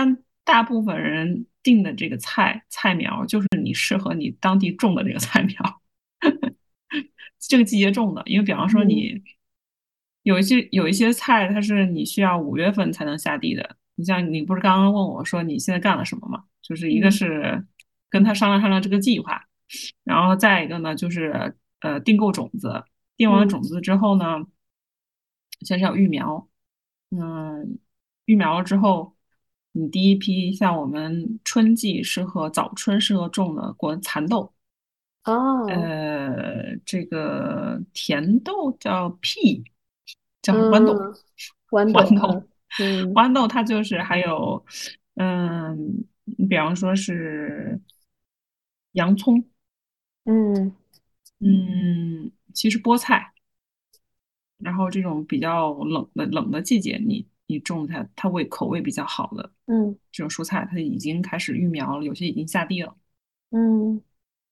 大部分人定的这个菜菜苗就是你适合你当地种的这个菜苗，这个季节种的。因为比方说嗯你有一些有一些菜，它是你需要五月份才能下地的。你像你不是刚刚问我说你现在干了什么吗？就是一个嗯是跟他商量商量这个计划，然后再一个呢就是呃订购种子，订完嗯种子之后呢，先是要育苗，嗯，育苗了之后，你第一批像我们春季适合早春适合种的果蚕豆， 哦呃，这个甜豆叫 P，叫豌豆， 嗯，豌豆， 豌豆， 嗯嗯豌豆它就是还有，嗯，你比方说是洋葱， 嗯嗯，其实菠菜，然后这种比较冷的冷的季节你，你种它，它味口味比较好的嗯这种蔬菜，它已经开始育苗了，有些已经下地了， 嗯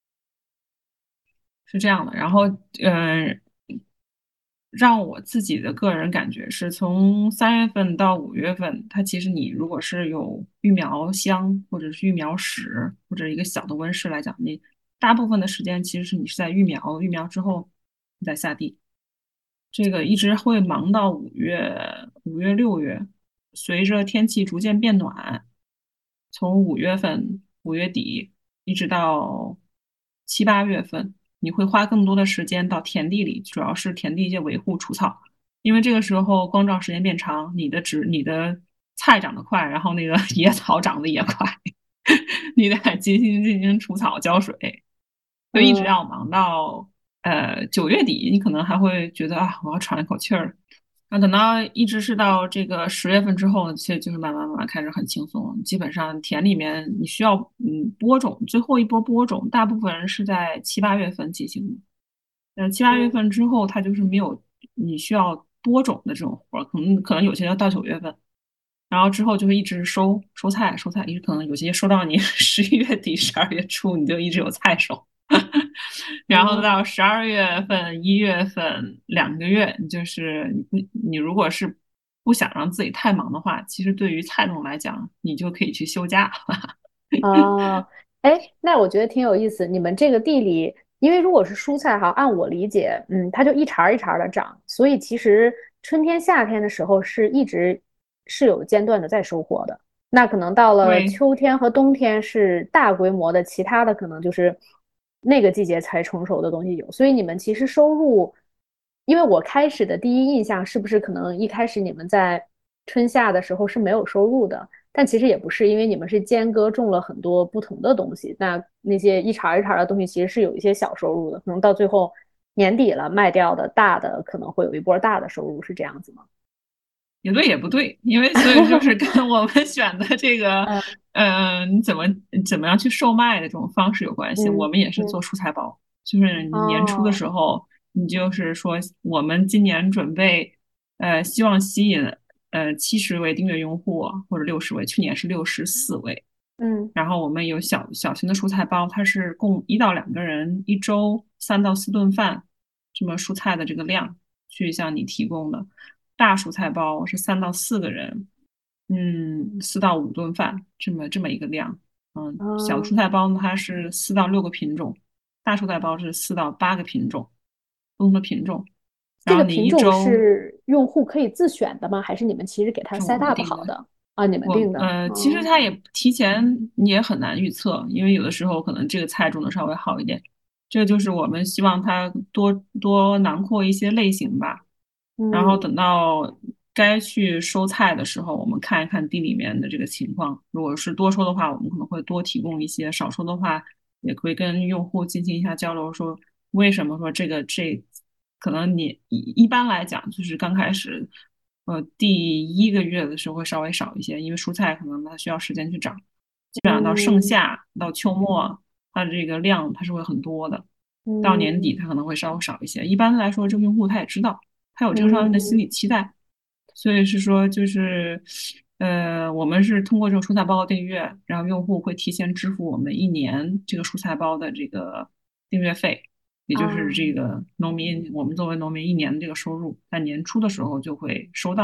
是这样的。然后，嗯、让我自己的个人感觉是从三月份到五月份，它其实你如果是有育苗箱或者是育苗室或者一个小的温室来讲，你大部分的时间其实是你是在育苗，育苗之后你再下地。这个一直会忙到五月、五月、六月，随着天气逐渐变暖，从五月份、五月底一直到七八月份，你会花更多的时间到田地里，主要是田地一些维护、除草，因为这个时候光照时间变长，你的植、你的菜长得快，然后那个野草长得也快，你得进行进行除草、浇水。就一直嗯要忙到呃九月底，你可能还会觉得啊，我要喘一口气儿。那等到一直是到这个十月份之后呢，其实就是慢慢慢慢开始很轻松了。基本上田里面你需要嗯播种，最后一波播种，大部分人是在七八月份进行的。呃，七八月嗯份之后，它就是没有你需要播种的这种活儿，可能可能有些要到九月份。然后之后就是一直收收菜，收菜，一直可能有些收到你十一月底、十二月初，你就一直有菜收。然后嗯到十二月份、一月份两个月，你就是你不你如果是不想让自己太忙的话，其实对于菜农来讲，你就可以去休假。 哦，哎，那我觉得挺有意思。你们这个地里，因为如果是蔬菜哈，按我理解，嗯，它就一茬儿一茬儿的长，所以其实春天、夏天的时候是一直是有间断的在收获的。那可能到了对， 秋天和冬天是大规模的，其他的可能就是那个季节才成熟的东西有。所以你们其实收入，因为我开始的第一印象是不是可能一开始你们在春夏的时候是没有收入的？但其实也不是，因为你们是间隔种了很多不同的东西，那那些一茬一茬的东西其实是有一些小收入的，可能到最后年底了卖掉的大的可能会有一波大的收入，是这样子吗？ 也对也不对，因为所以就是跟我们选的这个， 嗯嗯、怎么怎么样去售卖的这种方式有关系。我嗯们也是做嗯， 蔬菜包，就是你年初的哦， 时候，你就是说我们今年准备，呃，希望吸引呃七十位订阅用户或者六十位，去年是六十四位。 嗯然后我们有小小型的蔬菜包，它是供一到两个人一周三到四顿饭这么蔬菜的这个量去向你提供的。大蔬菜包是三到四个人，嗯，四到五顿饭这么这么一个量。嗯，小蔬哦， 菜包呢，它是四到六个品种，大蔬菜包是四到八个品种，不同的品种。然这个后你品种一周是用户可以自选的吗？还是你们其实给他是 set 我们 up 定的， 好的啊？你们我定的？ 呃，其实哦， 它也提前你也很难预测，因为有的时候可能这个菜种的稍微好一点，这就是我们希望它多多囊括一些类型吧。然后嗯等到该去收菜的时候，我们看一看地里面的这个情况。如果是多收的话，我们可能会多提供一些；少收的话，也可以跟用户进行一下交流，说为什么说这个这可能你一一般来讲就是刚开始，呃，第一个月的时候会稍微少一些，因为蔬菜可能它需要时间去长，基本上到盛嗯夏到秋末，它的这个量它是会很多的。到年底嗯它可能会稍微少一些。一般来说，这个用户他也知道，他有这个上面的心嗯理期待，所以是说就是，呃，我们是通过这种蔬菜包的订阅，然后用户会提前支付我们一年这个蔬菜包的这个订阅费，也就是这啊。 个农民，我们作为农民一年的这个收入，在年初的时候就会收到。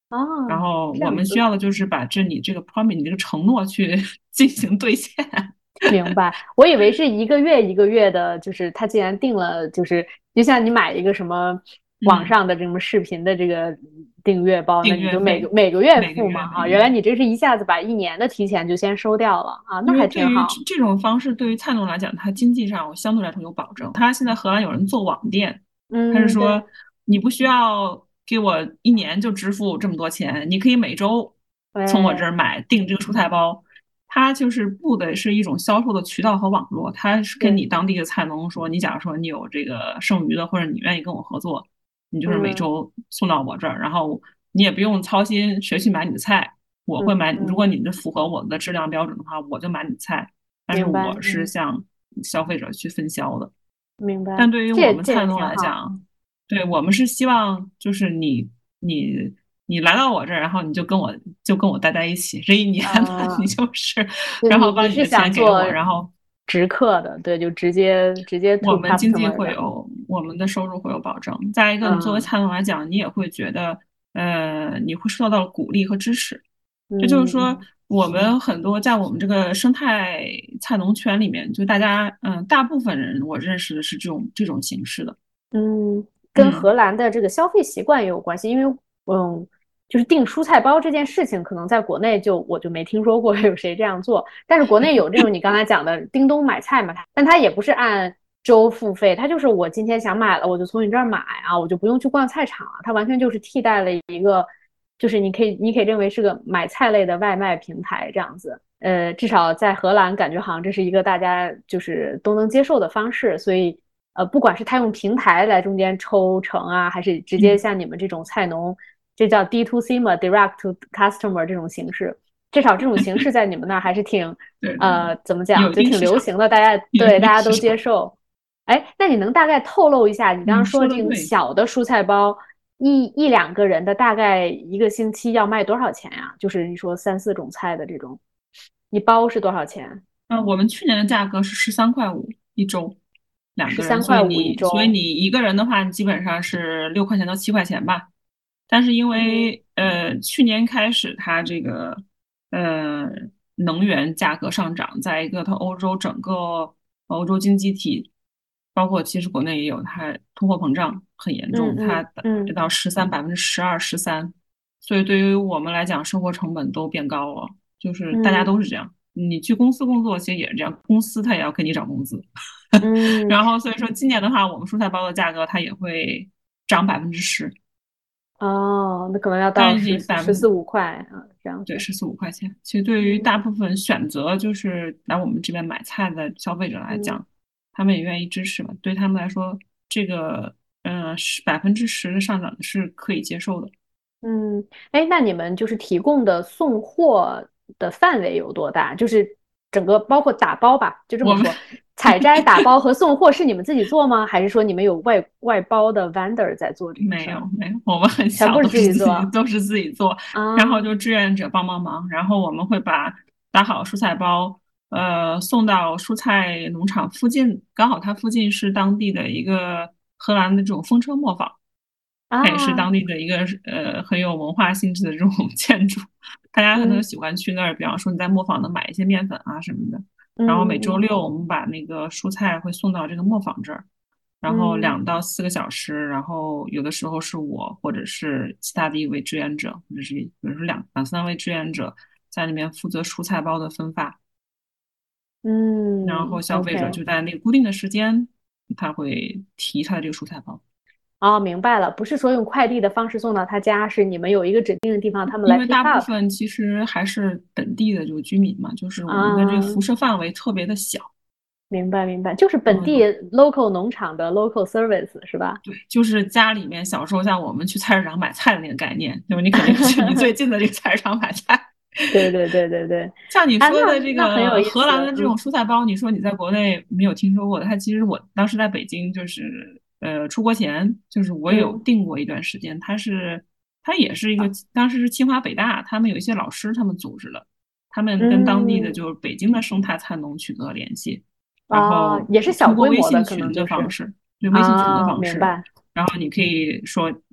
然哦， 后我们需这样子。 要的就是把这你这个 promise 你这个承诺去进行兑现。 明白，我以为是一个月一个月的，就是他既然定了，就是就像你买一个什么网嗯， 上的这种视频的这个订阅包，那订你就每个阅费每个月每个付嘛啊， 月每个月。 原来你这是一下子把一年的提前就先收掉了啊，那还因为对挺好。 于这这种方式，对于菜农来讲，它经济上相对来说有保证。他现在荷兰有人做网店，他是嗯，对说你不需要给我一年就支付这么多钱，你可以每周从我这对， 儿买订这个蔬菜包。它就是布的是一种销售的渠道和网络，它是跟是， 你当地的菜农说，你假如说你有这个剩余的，或者你愿意跟我合作，你就是每嗯周送到我这儿，然后你也不用操心谁去买你的菜，我会买。如嗯嗯， 果你的符合我的质量标准的话，我就买你的菜。但是明白， 我是嗯， 向消费者去分销的。 明白， 但对于这我也这也们菜农挺好。 来讲，对我们是希望就是你你你来到我这儿，然后你就跟我就跟我待在一起这一年呢，你呃， 就是， 就然你你是后把你的想做钱给我，然后直客的，对，就直接直接我 to 们经济 customer 会的， 有我们的收入会有保证。再一个，你作为嗯菜农来讲，你也会觉得，呃，你会受到鼓励和支持。这就是说， 嗯我们很多在我们这个生态菜农圈里面，就大家，嗯，大部分人我认识的是这种这种形式的。 嗯，跟嗯， 荷兰的这个消费习惯也有关系，因为嗯，就是订蔬菜包这件事情，可能在国内就我就没听说过有谁这样做，但是国内有这种你刚才讲的叮咚买菜嘛，但它也不是按周付费，它就是我今天想买了，我就从你这儿买啊，我就不用去逛菜场了，它完全就是替代了一个，就是你可以你可以认为是个买菜类的外卖平台这样子。呃，至少在荷兰，感觉好像这是一个大家就是都能接受的方式，所以呃，不管是他用平台来中间抽成啊，还是直接嗯， 像你们这种菜农，这叫 D to C 嘛，Direct to Customer 这种形式，至少这种形式在你们那儿还是挺对对对， 呃，怎么讲， 有一就挺定市场， 流行的，大家有一对大家都定市场。 接受。哎，那你能大概透露一下，你刚刚你说这种说的对。 小的蔬菜包，一一两个人的，大概一个星期要卖多少钱呀？就是你说三四种菜的这种，一包是多少钱？ 呃，我们去年的价格是十三块五一周，两十个人，所以三块五一你所以周。 你一个人的话，基本上是六块钱到七块钱吧。但是因嗯为呃去年开始它这个呃能源价格上涨，在一个它欧洲整个欧洲经济体，包括其实国内也有，它通货膨胀很严重，它嗯嗯嗯。 到十三百分之十二十三，所以对于我们来讲，生活成本都变高了，就是大家嗯都是这样。你去公司工作其实也是这样，公司它也要给你涨工资。 嗯， 然后所以说今年的话，我们蔬菜包的价格它也会涨百分之十。 哦，那可能要到但是十你百分十四五块啊，这样子。 对十四五块钱，其实对于大嗯部分选择就是来我们这边买菜的消费者来嗯讲，他们也愿意支持嘛。对他们来说，这个呃是百分之十的上涨是可以接受的。 嗯，哎，那你们就是提供的送货的范围有多大？就是整个包括打包吧，就这我们么说，采摘、打包和送货是你们自己做吗？还是说你们有外外包的 vendor 在做这个没有事儿？ 没有，我们很小， 全部是自都是自己己做都是自己做，然后啊？ 就志愿者帮帮忙，然后我们会把打好蔬菜包，呃，送到蔬菜农场附近，刚好它附近是当地的一个荷兰的这种风车磨坊，它也是啊， 当地的一个呃很有文化性质的这种建筑，大家很多嗯喜欢去那儿，比方说你在磨坊能买一些面粉啊什么的，然后每周嗯嗯六我们把那个蔬菜会送到这个磨坊这儿。然后嗯两到四个小时，然后有的时候是我或者是其他的一位志愿者，或者是比如说两两三位志愿者在里面负责蔬菜包的分发，然后嗯消费者 ，OK。 就在那个固定的时间，他会提他的这个蔬菜包。 哦，明白了，不是说用快递的方式送到他家，是你们有一个指定的地方，他们来因为 pick 大部 up 分其实还是本地的这个居民嘛，就是我们的这个辐啊。 射范围特别的小。 明白明白，就是本地嗯， local 农场的 local service 是吧？ 对，就是家里面小时候像我们去菜市场买菜的那个概念，就是你肯定去你最近的这个菜市场买菜。 对对对对对， 像你啊， 说的这那那很有个意思， 荷兰的这种嗯蔬菜包，你说你在国内没有听说过的，它其实我当时在北京，就是呃出国前，就是我有嗯订过一段时间，它是它也是一个当时是清华北大，他们有一些老师他们组织的，他们跟当地的嗯就是北京的生态菜农取得了联系，然啊， 后也是小通过微规模的，可信群能就是的方式，对微信群的啊， 方式， 明白， 然后你可以说。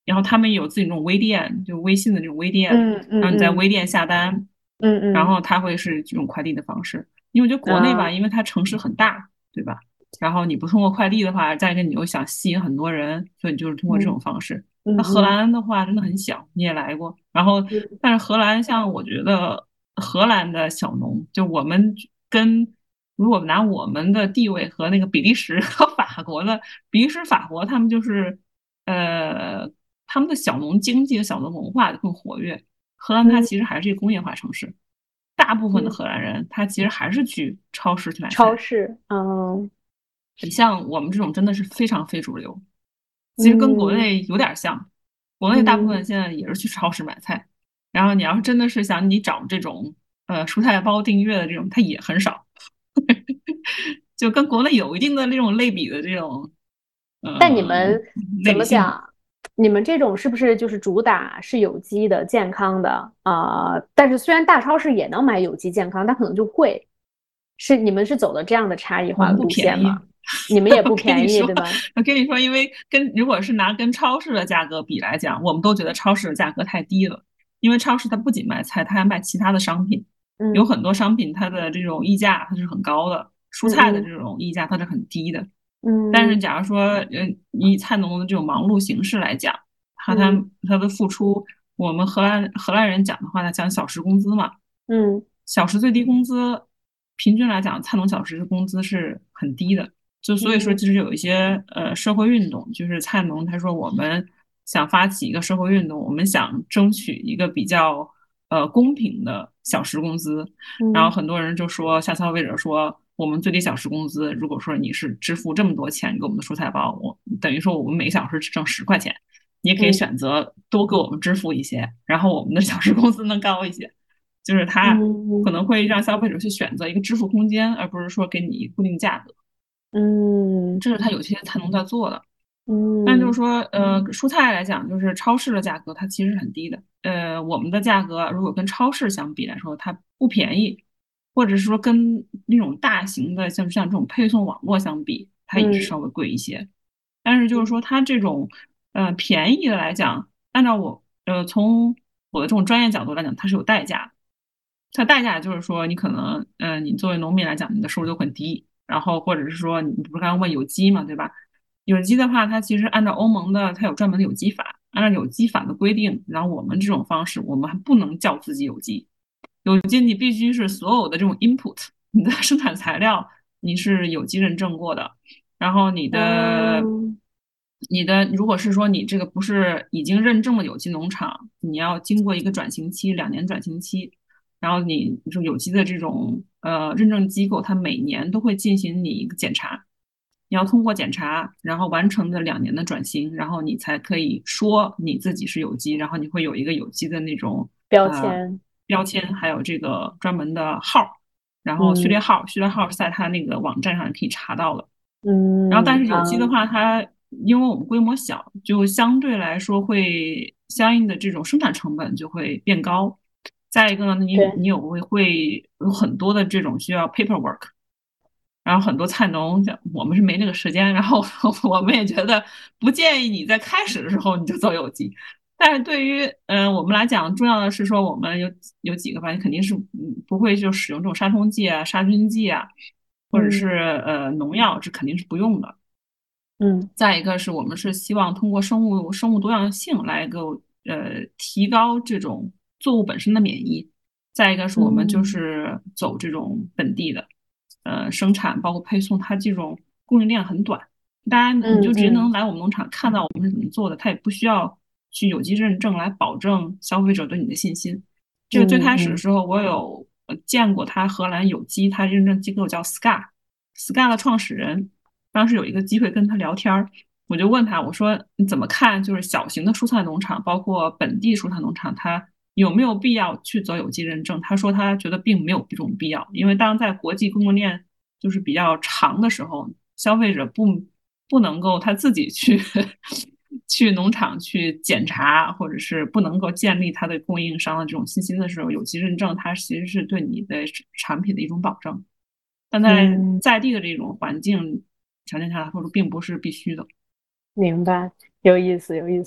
然后他们有自己那种微店，就微信的那种微店， 嗯然后你在嗯嗯微店下单， 嗯嗯然后它会是这种快递的方式。因为我觉得国内吧， 啊因为它城市很大，对吧？然后你不通过快递的话，再一个你又想吸引很多人，所以你就是通过这嗯种方式。那荷嗯嗯兰的话真的很小，你也来过。然后， 嗯但是荷兰像我觉得荷兰的小农，就我们跟如果拿我们的地位和那个比利时和法国的比利时、法国，他们就是呃他们的小农经济和小农文化更活跃。荷兰它嗯其实还是一个工业化城市，大部分的嗯， 荷兰人他其实还是去超市去买菜。 超市，嗯你像我们这种真的是非常非主流，其实跟国嗯内有点像。国内大部分嗯。 现在也是去超市买菜，然后你要是真的是想你找这种呃蔬菜包订阅的这种，它也很少，就跟国内有一定的这种类比的这种但你呃们怎类比性吧。 么讲？你们这种是不是就是主打是有机的、健康的啊、呃但是虽然大超市也能买有机健康，但可能就贵。是你们是走的这样的差异化的我们不路线吗？ 便宜。 你们也我不便宜， 跟你说， 对吧？ 我跟你说，因为跟如果是拿跟超市的价格比来讲，我们都觉得超市的价格太低了。因为超市它不仅卖菜，它还卖其他的商品，有嗯很多商品它的这种溢价它是很高的，蔬菜的嗯这种溢价它是很低的。但是嗯假如说，呃，以菜农的这种忙碌形式来讲，他他嗯他的付出，我们荷兰荷兰人讲的话，他讲小时工资嘛， 嗯小时最低工资，平均来讲，菜农小时工资是很低的。就所以说， 嗯就是有一些呃社会运动，就是菜农他说我们想发起一个社会运动，我们想争取一个比较呃公平的小时工资。然后嗯很多人就说，向消费者说，我们最低小时工资，如果说你是支付这么多钱给我们的蔬菜包，我等于说我们每个小时只挣十块钱，你也可以嗯选择多给我们支付一些，然后我们的小时工资能高一些。就是它可嗯能会让消费者去选择一个支付空间，而不是说给你固定价格。 嗯这是它有些菜农在做的。但就是嗯说，呃，蔬菜来讲，就是超市的价格它其实很低的。呃，我们的价格如果跟超市相比来说，它不便宜，或者是说跟那种大型的像像这种配送网络相比，它也是嗯稍微贵一些。但是就是说，它这种呃便宜的来讲，按照我呃从我的这种专业角度来讲，它是有代价的。它代价就是说，你可能，嗯、呃，你作为农民来讲，你的收入就很低，然后或者是说，你不是刚刚问有机嘛，对吧？有机的话，它其实按照欧盟的，它有专门的有机法，按照有机法的规定，然后我们这种方式，我们还不能叫自己有机。有机你必须是所有的这种 input，你的生产材料你是有机认证过的，然后你的嗯你的如果是说你这个不是已经认证的有机农场，你要经过一个转型期，两年转型期，然后你就有机的这种呃认证机构，它每年都会进行你一个检查，你要通过检查，然后完成的两年的转型，然后你才可以说你自己是有机，然后你会有一个有机的那种标呃签， 标签，还有这个专门的号，然后序列嗯号，序列号是在它那个网站上可以查到的。然后，但是有嗯啊机的话，它因为我们规模小，就相对来说会相应的这种生产成本就会变高。再一个呢，你对。 你有会会有很多的这种需要 paperwork，然后很多菜农我们是没那个时间，然后我们也觉得不建议你在开始的时候你就做有机。但是对于嗯、呃我们来讲，重要的是说我们有有几个吧，肯定是嗯不会就使用这种杀虫剂啊、杀菌剂啊，或者是嗯呃农药，这肯定是不用的。 嗯再一个是我们是希望通过生物生物多样性来够呃提高这种作物本身的免疫。再一个是我们就嗯是走这种本地的呃生产，包括配送，它这种供应链很短，大家你就直接能嗯嗯来我们农场看到我们是怎么做的，它也不需要去有机认证来保证消费者对你的信心。这个最开始的嗯嗯时候，我有呃见过它荷兰有机，它认证机构叫 S C A，S C A 的创始人。当时有一个机会跟他聊天儿，我就问他，我说你怎么看？就是小型的蔬菜农场，包括本地蔬菜农场，它有没有必要去走有机认证？他说他觉得并没有这种必要，因为当在国际供应链就是比较长的时候，消费者不不能够他自己去去农场去检查，或者是不能够建立他的供应商的这种信心的时候，有机认证它其实是对你的产品的一种保证。但在嗯， 在地的这种环境条件下来说，并不是必须的。 明白，有意思，有意思。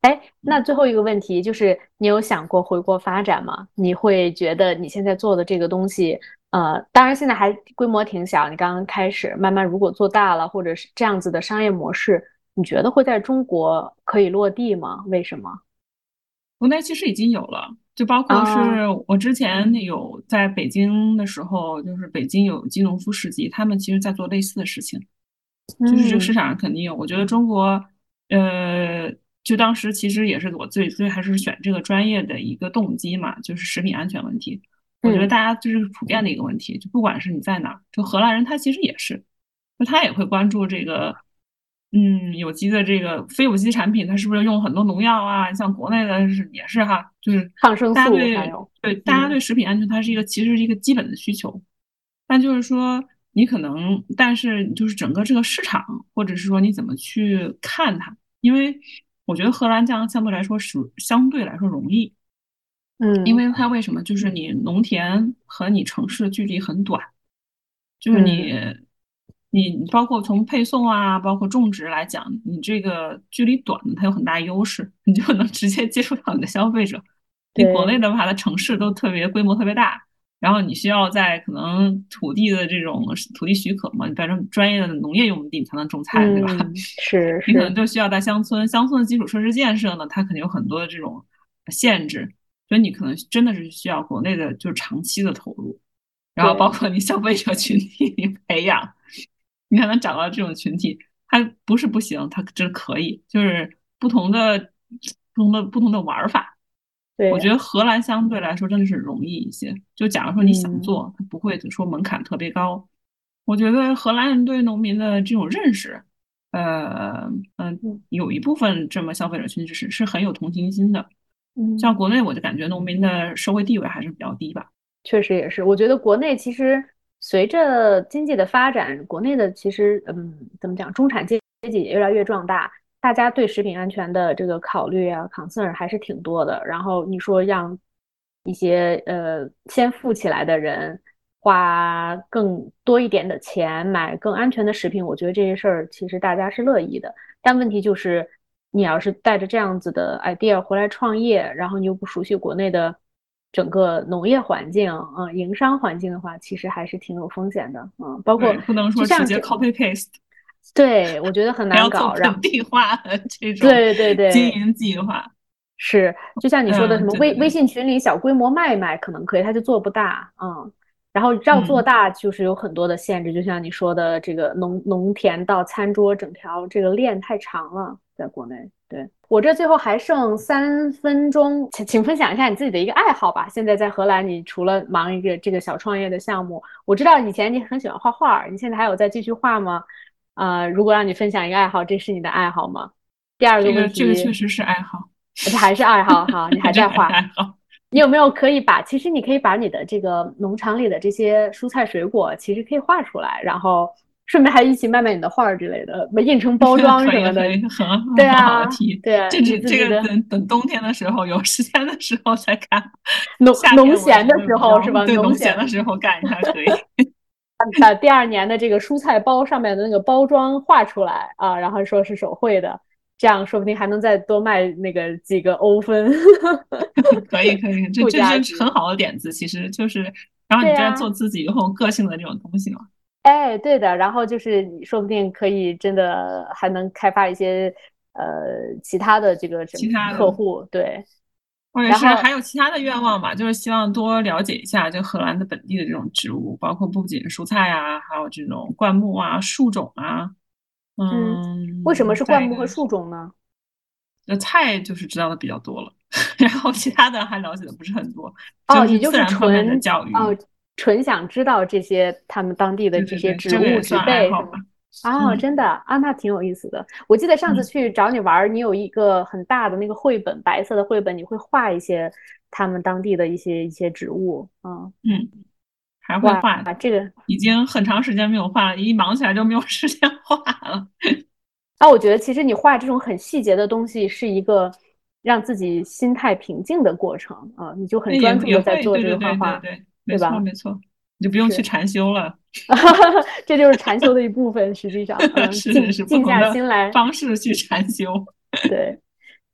哎，那最后一个问题就是，你有想过回国发展吗？你会觉得你现在做的这个东西，呃，当然现在还规模挺小，你刚刚开始，慢慢如果做大了，或者是这样子的商业模式，你觉得会在中国可以落地吗？为什么？ 国内其实已经有了，就包括啊， 是我之前有在北京的时候，就是北京有金融夫市集，他们其实在做类似的事情。就是这个市嗯场上肯定有。我觉得中国，呃，就当时其实也是我最最还是选这个专业的一个动机嘛，就是食品安全问题。我觉得嗯大家就是普遍的一个问题，就不管是你在哪儿，就荷兰人他其实也是，就他也会关注这个，嗯，有机的这个非有机产品，它是不是用很多农药啊？像国内的是也是哈，就是抗生大家对素还有， 对大家嗯对食品安全，它是一个其实是一个基本的需求。但就是说，你可能，但是就是整个这个市场，或者是说你怎么去看它，因为我觉得荷兰这样相对来说是相对来说容易，因嗯为它为什么？就是你农田和你城市的距离很短，就是你嗯， 你包括从配送啊，包括种植来讲，你这个距离短的它有很大优势，你就能直接接触到你的消费者。你国内对的话，它城市都特别规模特别大，然后你需要在可能土地的这种土地许可嘛，你反正专业的农业用地你才能种菜，对吧？ 嗯是你可能是， 就需要在乡村，乡村的基础设施建设呢，它肯定有很多的这种限制，所以你可能真的是需要国内的就是长期的投入。然后包对， 括你消费者群体你培养，你才能找到这种群体。它不是不行，它真可以，就是不同的、不同的、不同的玩法。我觉对， 得荷兰相对来说真的是容易一些。就假如说你想嗯做，它不会说门槛特别高。我觉得荷兰人对农民的这种认识，呃嗯、呃嗯有一部分这么消费者群体是是很有同情心的。像嗯。 国内，我就感觉农民的社会地位还是比较低吧。 确实也是，我觉得国内其实随着经济的发展，国内的其实嗯，怎么讲，中产阶级也越来越壮大，大家对食品安全的这个考虑啊，concern 还是挺多的。然后你说让一些呃先富起来的人花更多一点的钱买更安全的食品，我觉得这些事儿其实大家是乐意的。但问题就是，你要是带着这样子的 idea 回来创业，然后你又不熟悉国内的整个农业环境，嗯，营商环境的话，其实还是挺有风险的，嗯，包括对，不能说直接就像这， copy paste。 对，我觉得很还要做难搞。然本地化的这种对对对， 经营计划。 是，就像你说的，什嗯， 么对对对， 微微信群里小规模卖一卖可能可以，它就做不大，嗯，然后要做嗯， 大就是有很多的限制，就像你说的，这个农农田到餐桌整条这个链太长了，在国内。对，我这最后还剩三分钟，请请分享一下你自己的一个爱好吧。现在在荷兰，你除了忙一个这个小创业的项目，我知道以前你很喜欢画画，你现在还有在继续画吗？呃，如果让你分享一个爱好，这是你的爱好吗？第二个这个这个问题， 确实是爱好， 这还是爱好哈，你还这还是在画。 爱好。 你有没有可以把，其实你可以把你的这个农场里的这些蔬菜水果，其实可以画出来，然后顺便还一起卖卖你的画儿之类的，印成包装什么的。 可以可以，很对很好的啊， 提议。 对啊，你这只这自己的个等等冬天的时候有时间的时候再干， 农夏天我农闲的我也比较时候是吧？ 对农农闲闲的时候干一下可以。 把第二年的这个蔬菜包上面的那个包装画出来啊，然后说是手绘的，这样说不定还能再多卖那个几个欧分， 可以可以，这附这这加值。 很好的点子，其实就是，然后你再做对呀， 自己以后个性的这种东西嘛。 哎，对的，然后就是你说不定可以真的还能开发一些呃其他的这个什么其他的客户，对， 或者然后是还有其他的愿望吧，就是希望多了解一下这荷兰的本地的这种植物，包括不仅蔬菜啊，还有这种灌木啊、树种啊。 嗯，为什么嗯， 是灌木和再一个树种呢？ 呃菜就是知道的比较多了，然后其他的还了解的不是很多， 哦， 就是你就是自然方面的纯教育。 哦纯想知道这些他们当地的这对对对， 些植物、植这个也算爱被是吗？ 好吧。 哦， 嗯真的啊，那挺有意思的。我记得上次嗯去找你玩儿，你有一个很大的那个绘本，白色的绘本，你会画一些他们当地的一些一些植物，嗯， 嗯，还会哇， 画的， 这个已经很长时间没有画了，一忙起来就没有时间画了。 那我觉得其实你画这种很细节的东西是一个让自己心态平静的过程啊，你就很那也专注的在也会， 做这对对对对个画画， 对，没对吧？ 错没错，你就不用去是， 禅修了。 这就是禅修的一部分，实际上，嗯， 是是是，不静静下同的心来， 方式去禅修。 对。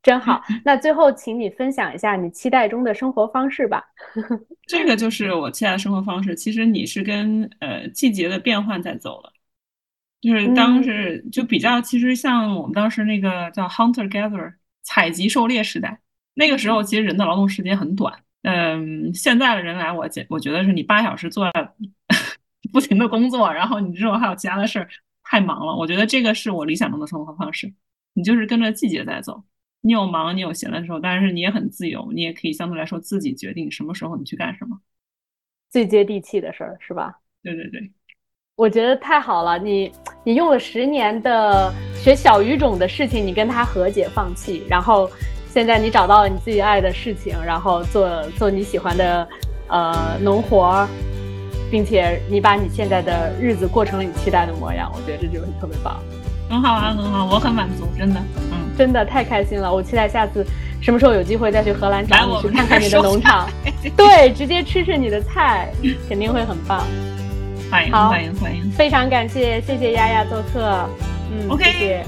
真好。那最后请你分享一下你期待中的生活方式吧。 这个就是我期待的生活方式。其实你是跟呃季节的变换在走了，就是当嗯时就比较，其实像我们当时那个叫 hunter gatherer 采集狩猎时代，那个时候其实人的劳动时间很短。嗯，现在的人来，我觉我觉得是你八小时做不停的工作，然后你之后还有其他的事儿，太忙了。我觉得这个是我理想中的生活方式。你就是跟着季节在走，你有忙你有闲的时候，但是你也很自由，你也可以相对来说自己决定什么时候你去干什么。 最接地气的事儿是吧？ 对对对， 我觉得太好了，你你用了十年的学小语种的事情，你跟他和解放弃，然后现在你找到了你自己爱的事情，然后做做你喜欢的呃农活，并且你把你现在的日子过成了你期待的模样，我觉得这就是特别棒。 很好啊，很好，我很满足，真的，嗯， 真的太开心了。我期待下次什么时候有机会再去荷兰找你，去看看你的农场，对，直接吃吃你的菜，肯定会很棒。 欢迎欢迎欢迎， 非常感谢，谢谢丫丫做客，嗯 OK 谢谢。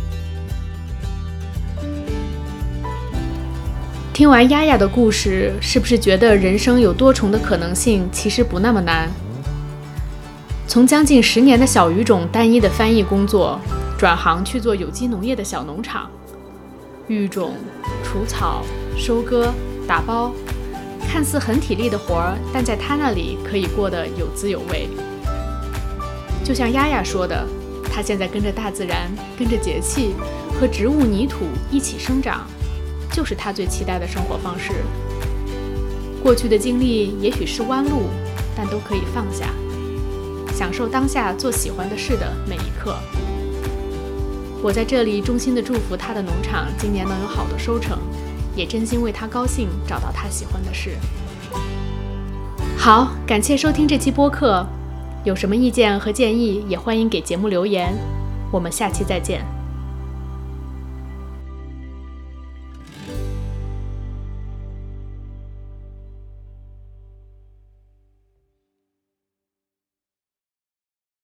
听完丫丫的故事，是不是觉得人生有多重的可能性，其实不那么难？从将近十年的小语种单一的翻译工作，转行去做有机农业的小农场，育种、除草、收割、打包，看似很体力的活儿，但在他那里可以过得有滋有味。就像丫丫说的，他现在跟着大自然，跟着节气，和植物泥土一起生长，就是他最期待的生活方式。过去的经历也许是弯路，但都可以放下，享受当下做喜欢的事的每一刻。我在这里衷心的祝福他的农场今年能有好的收成，也真心为他高兴，找到他喜欢的事。好，感谢收听这期播客，有什么意见和建议也欢迎给节目留言，我们下期再见。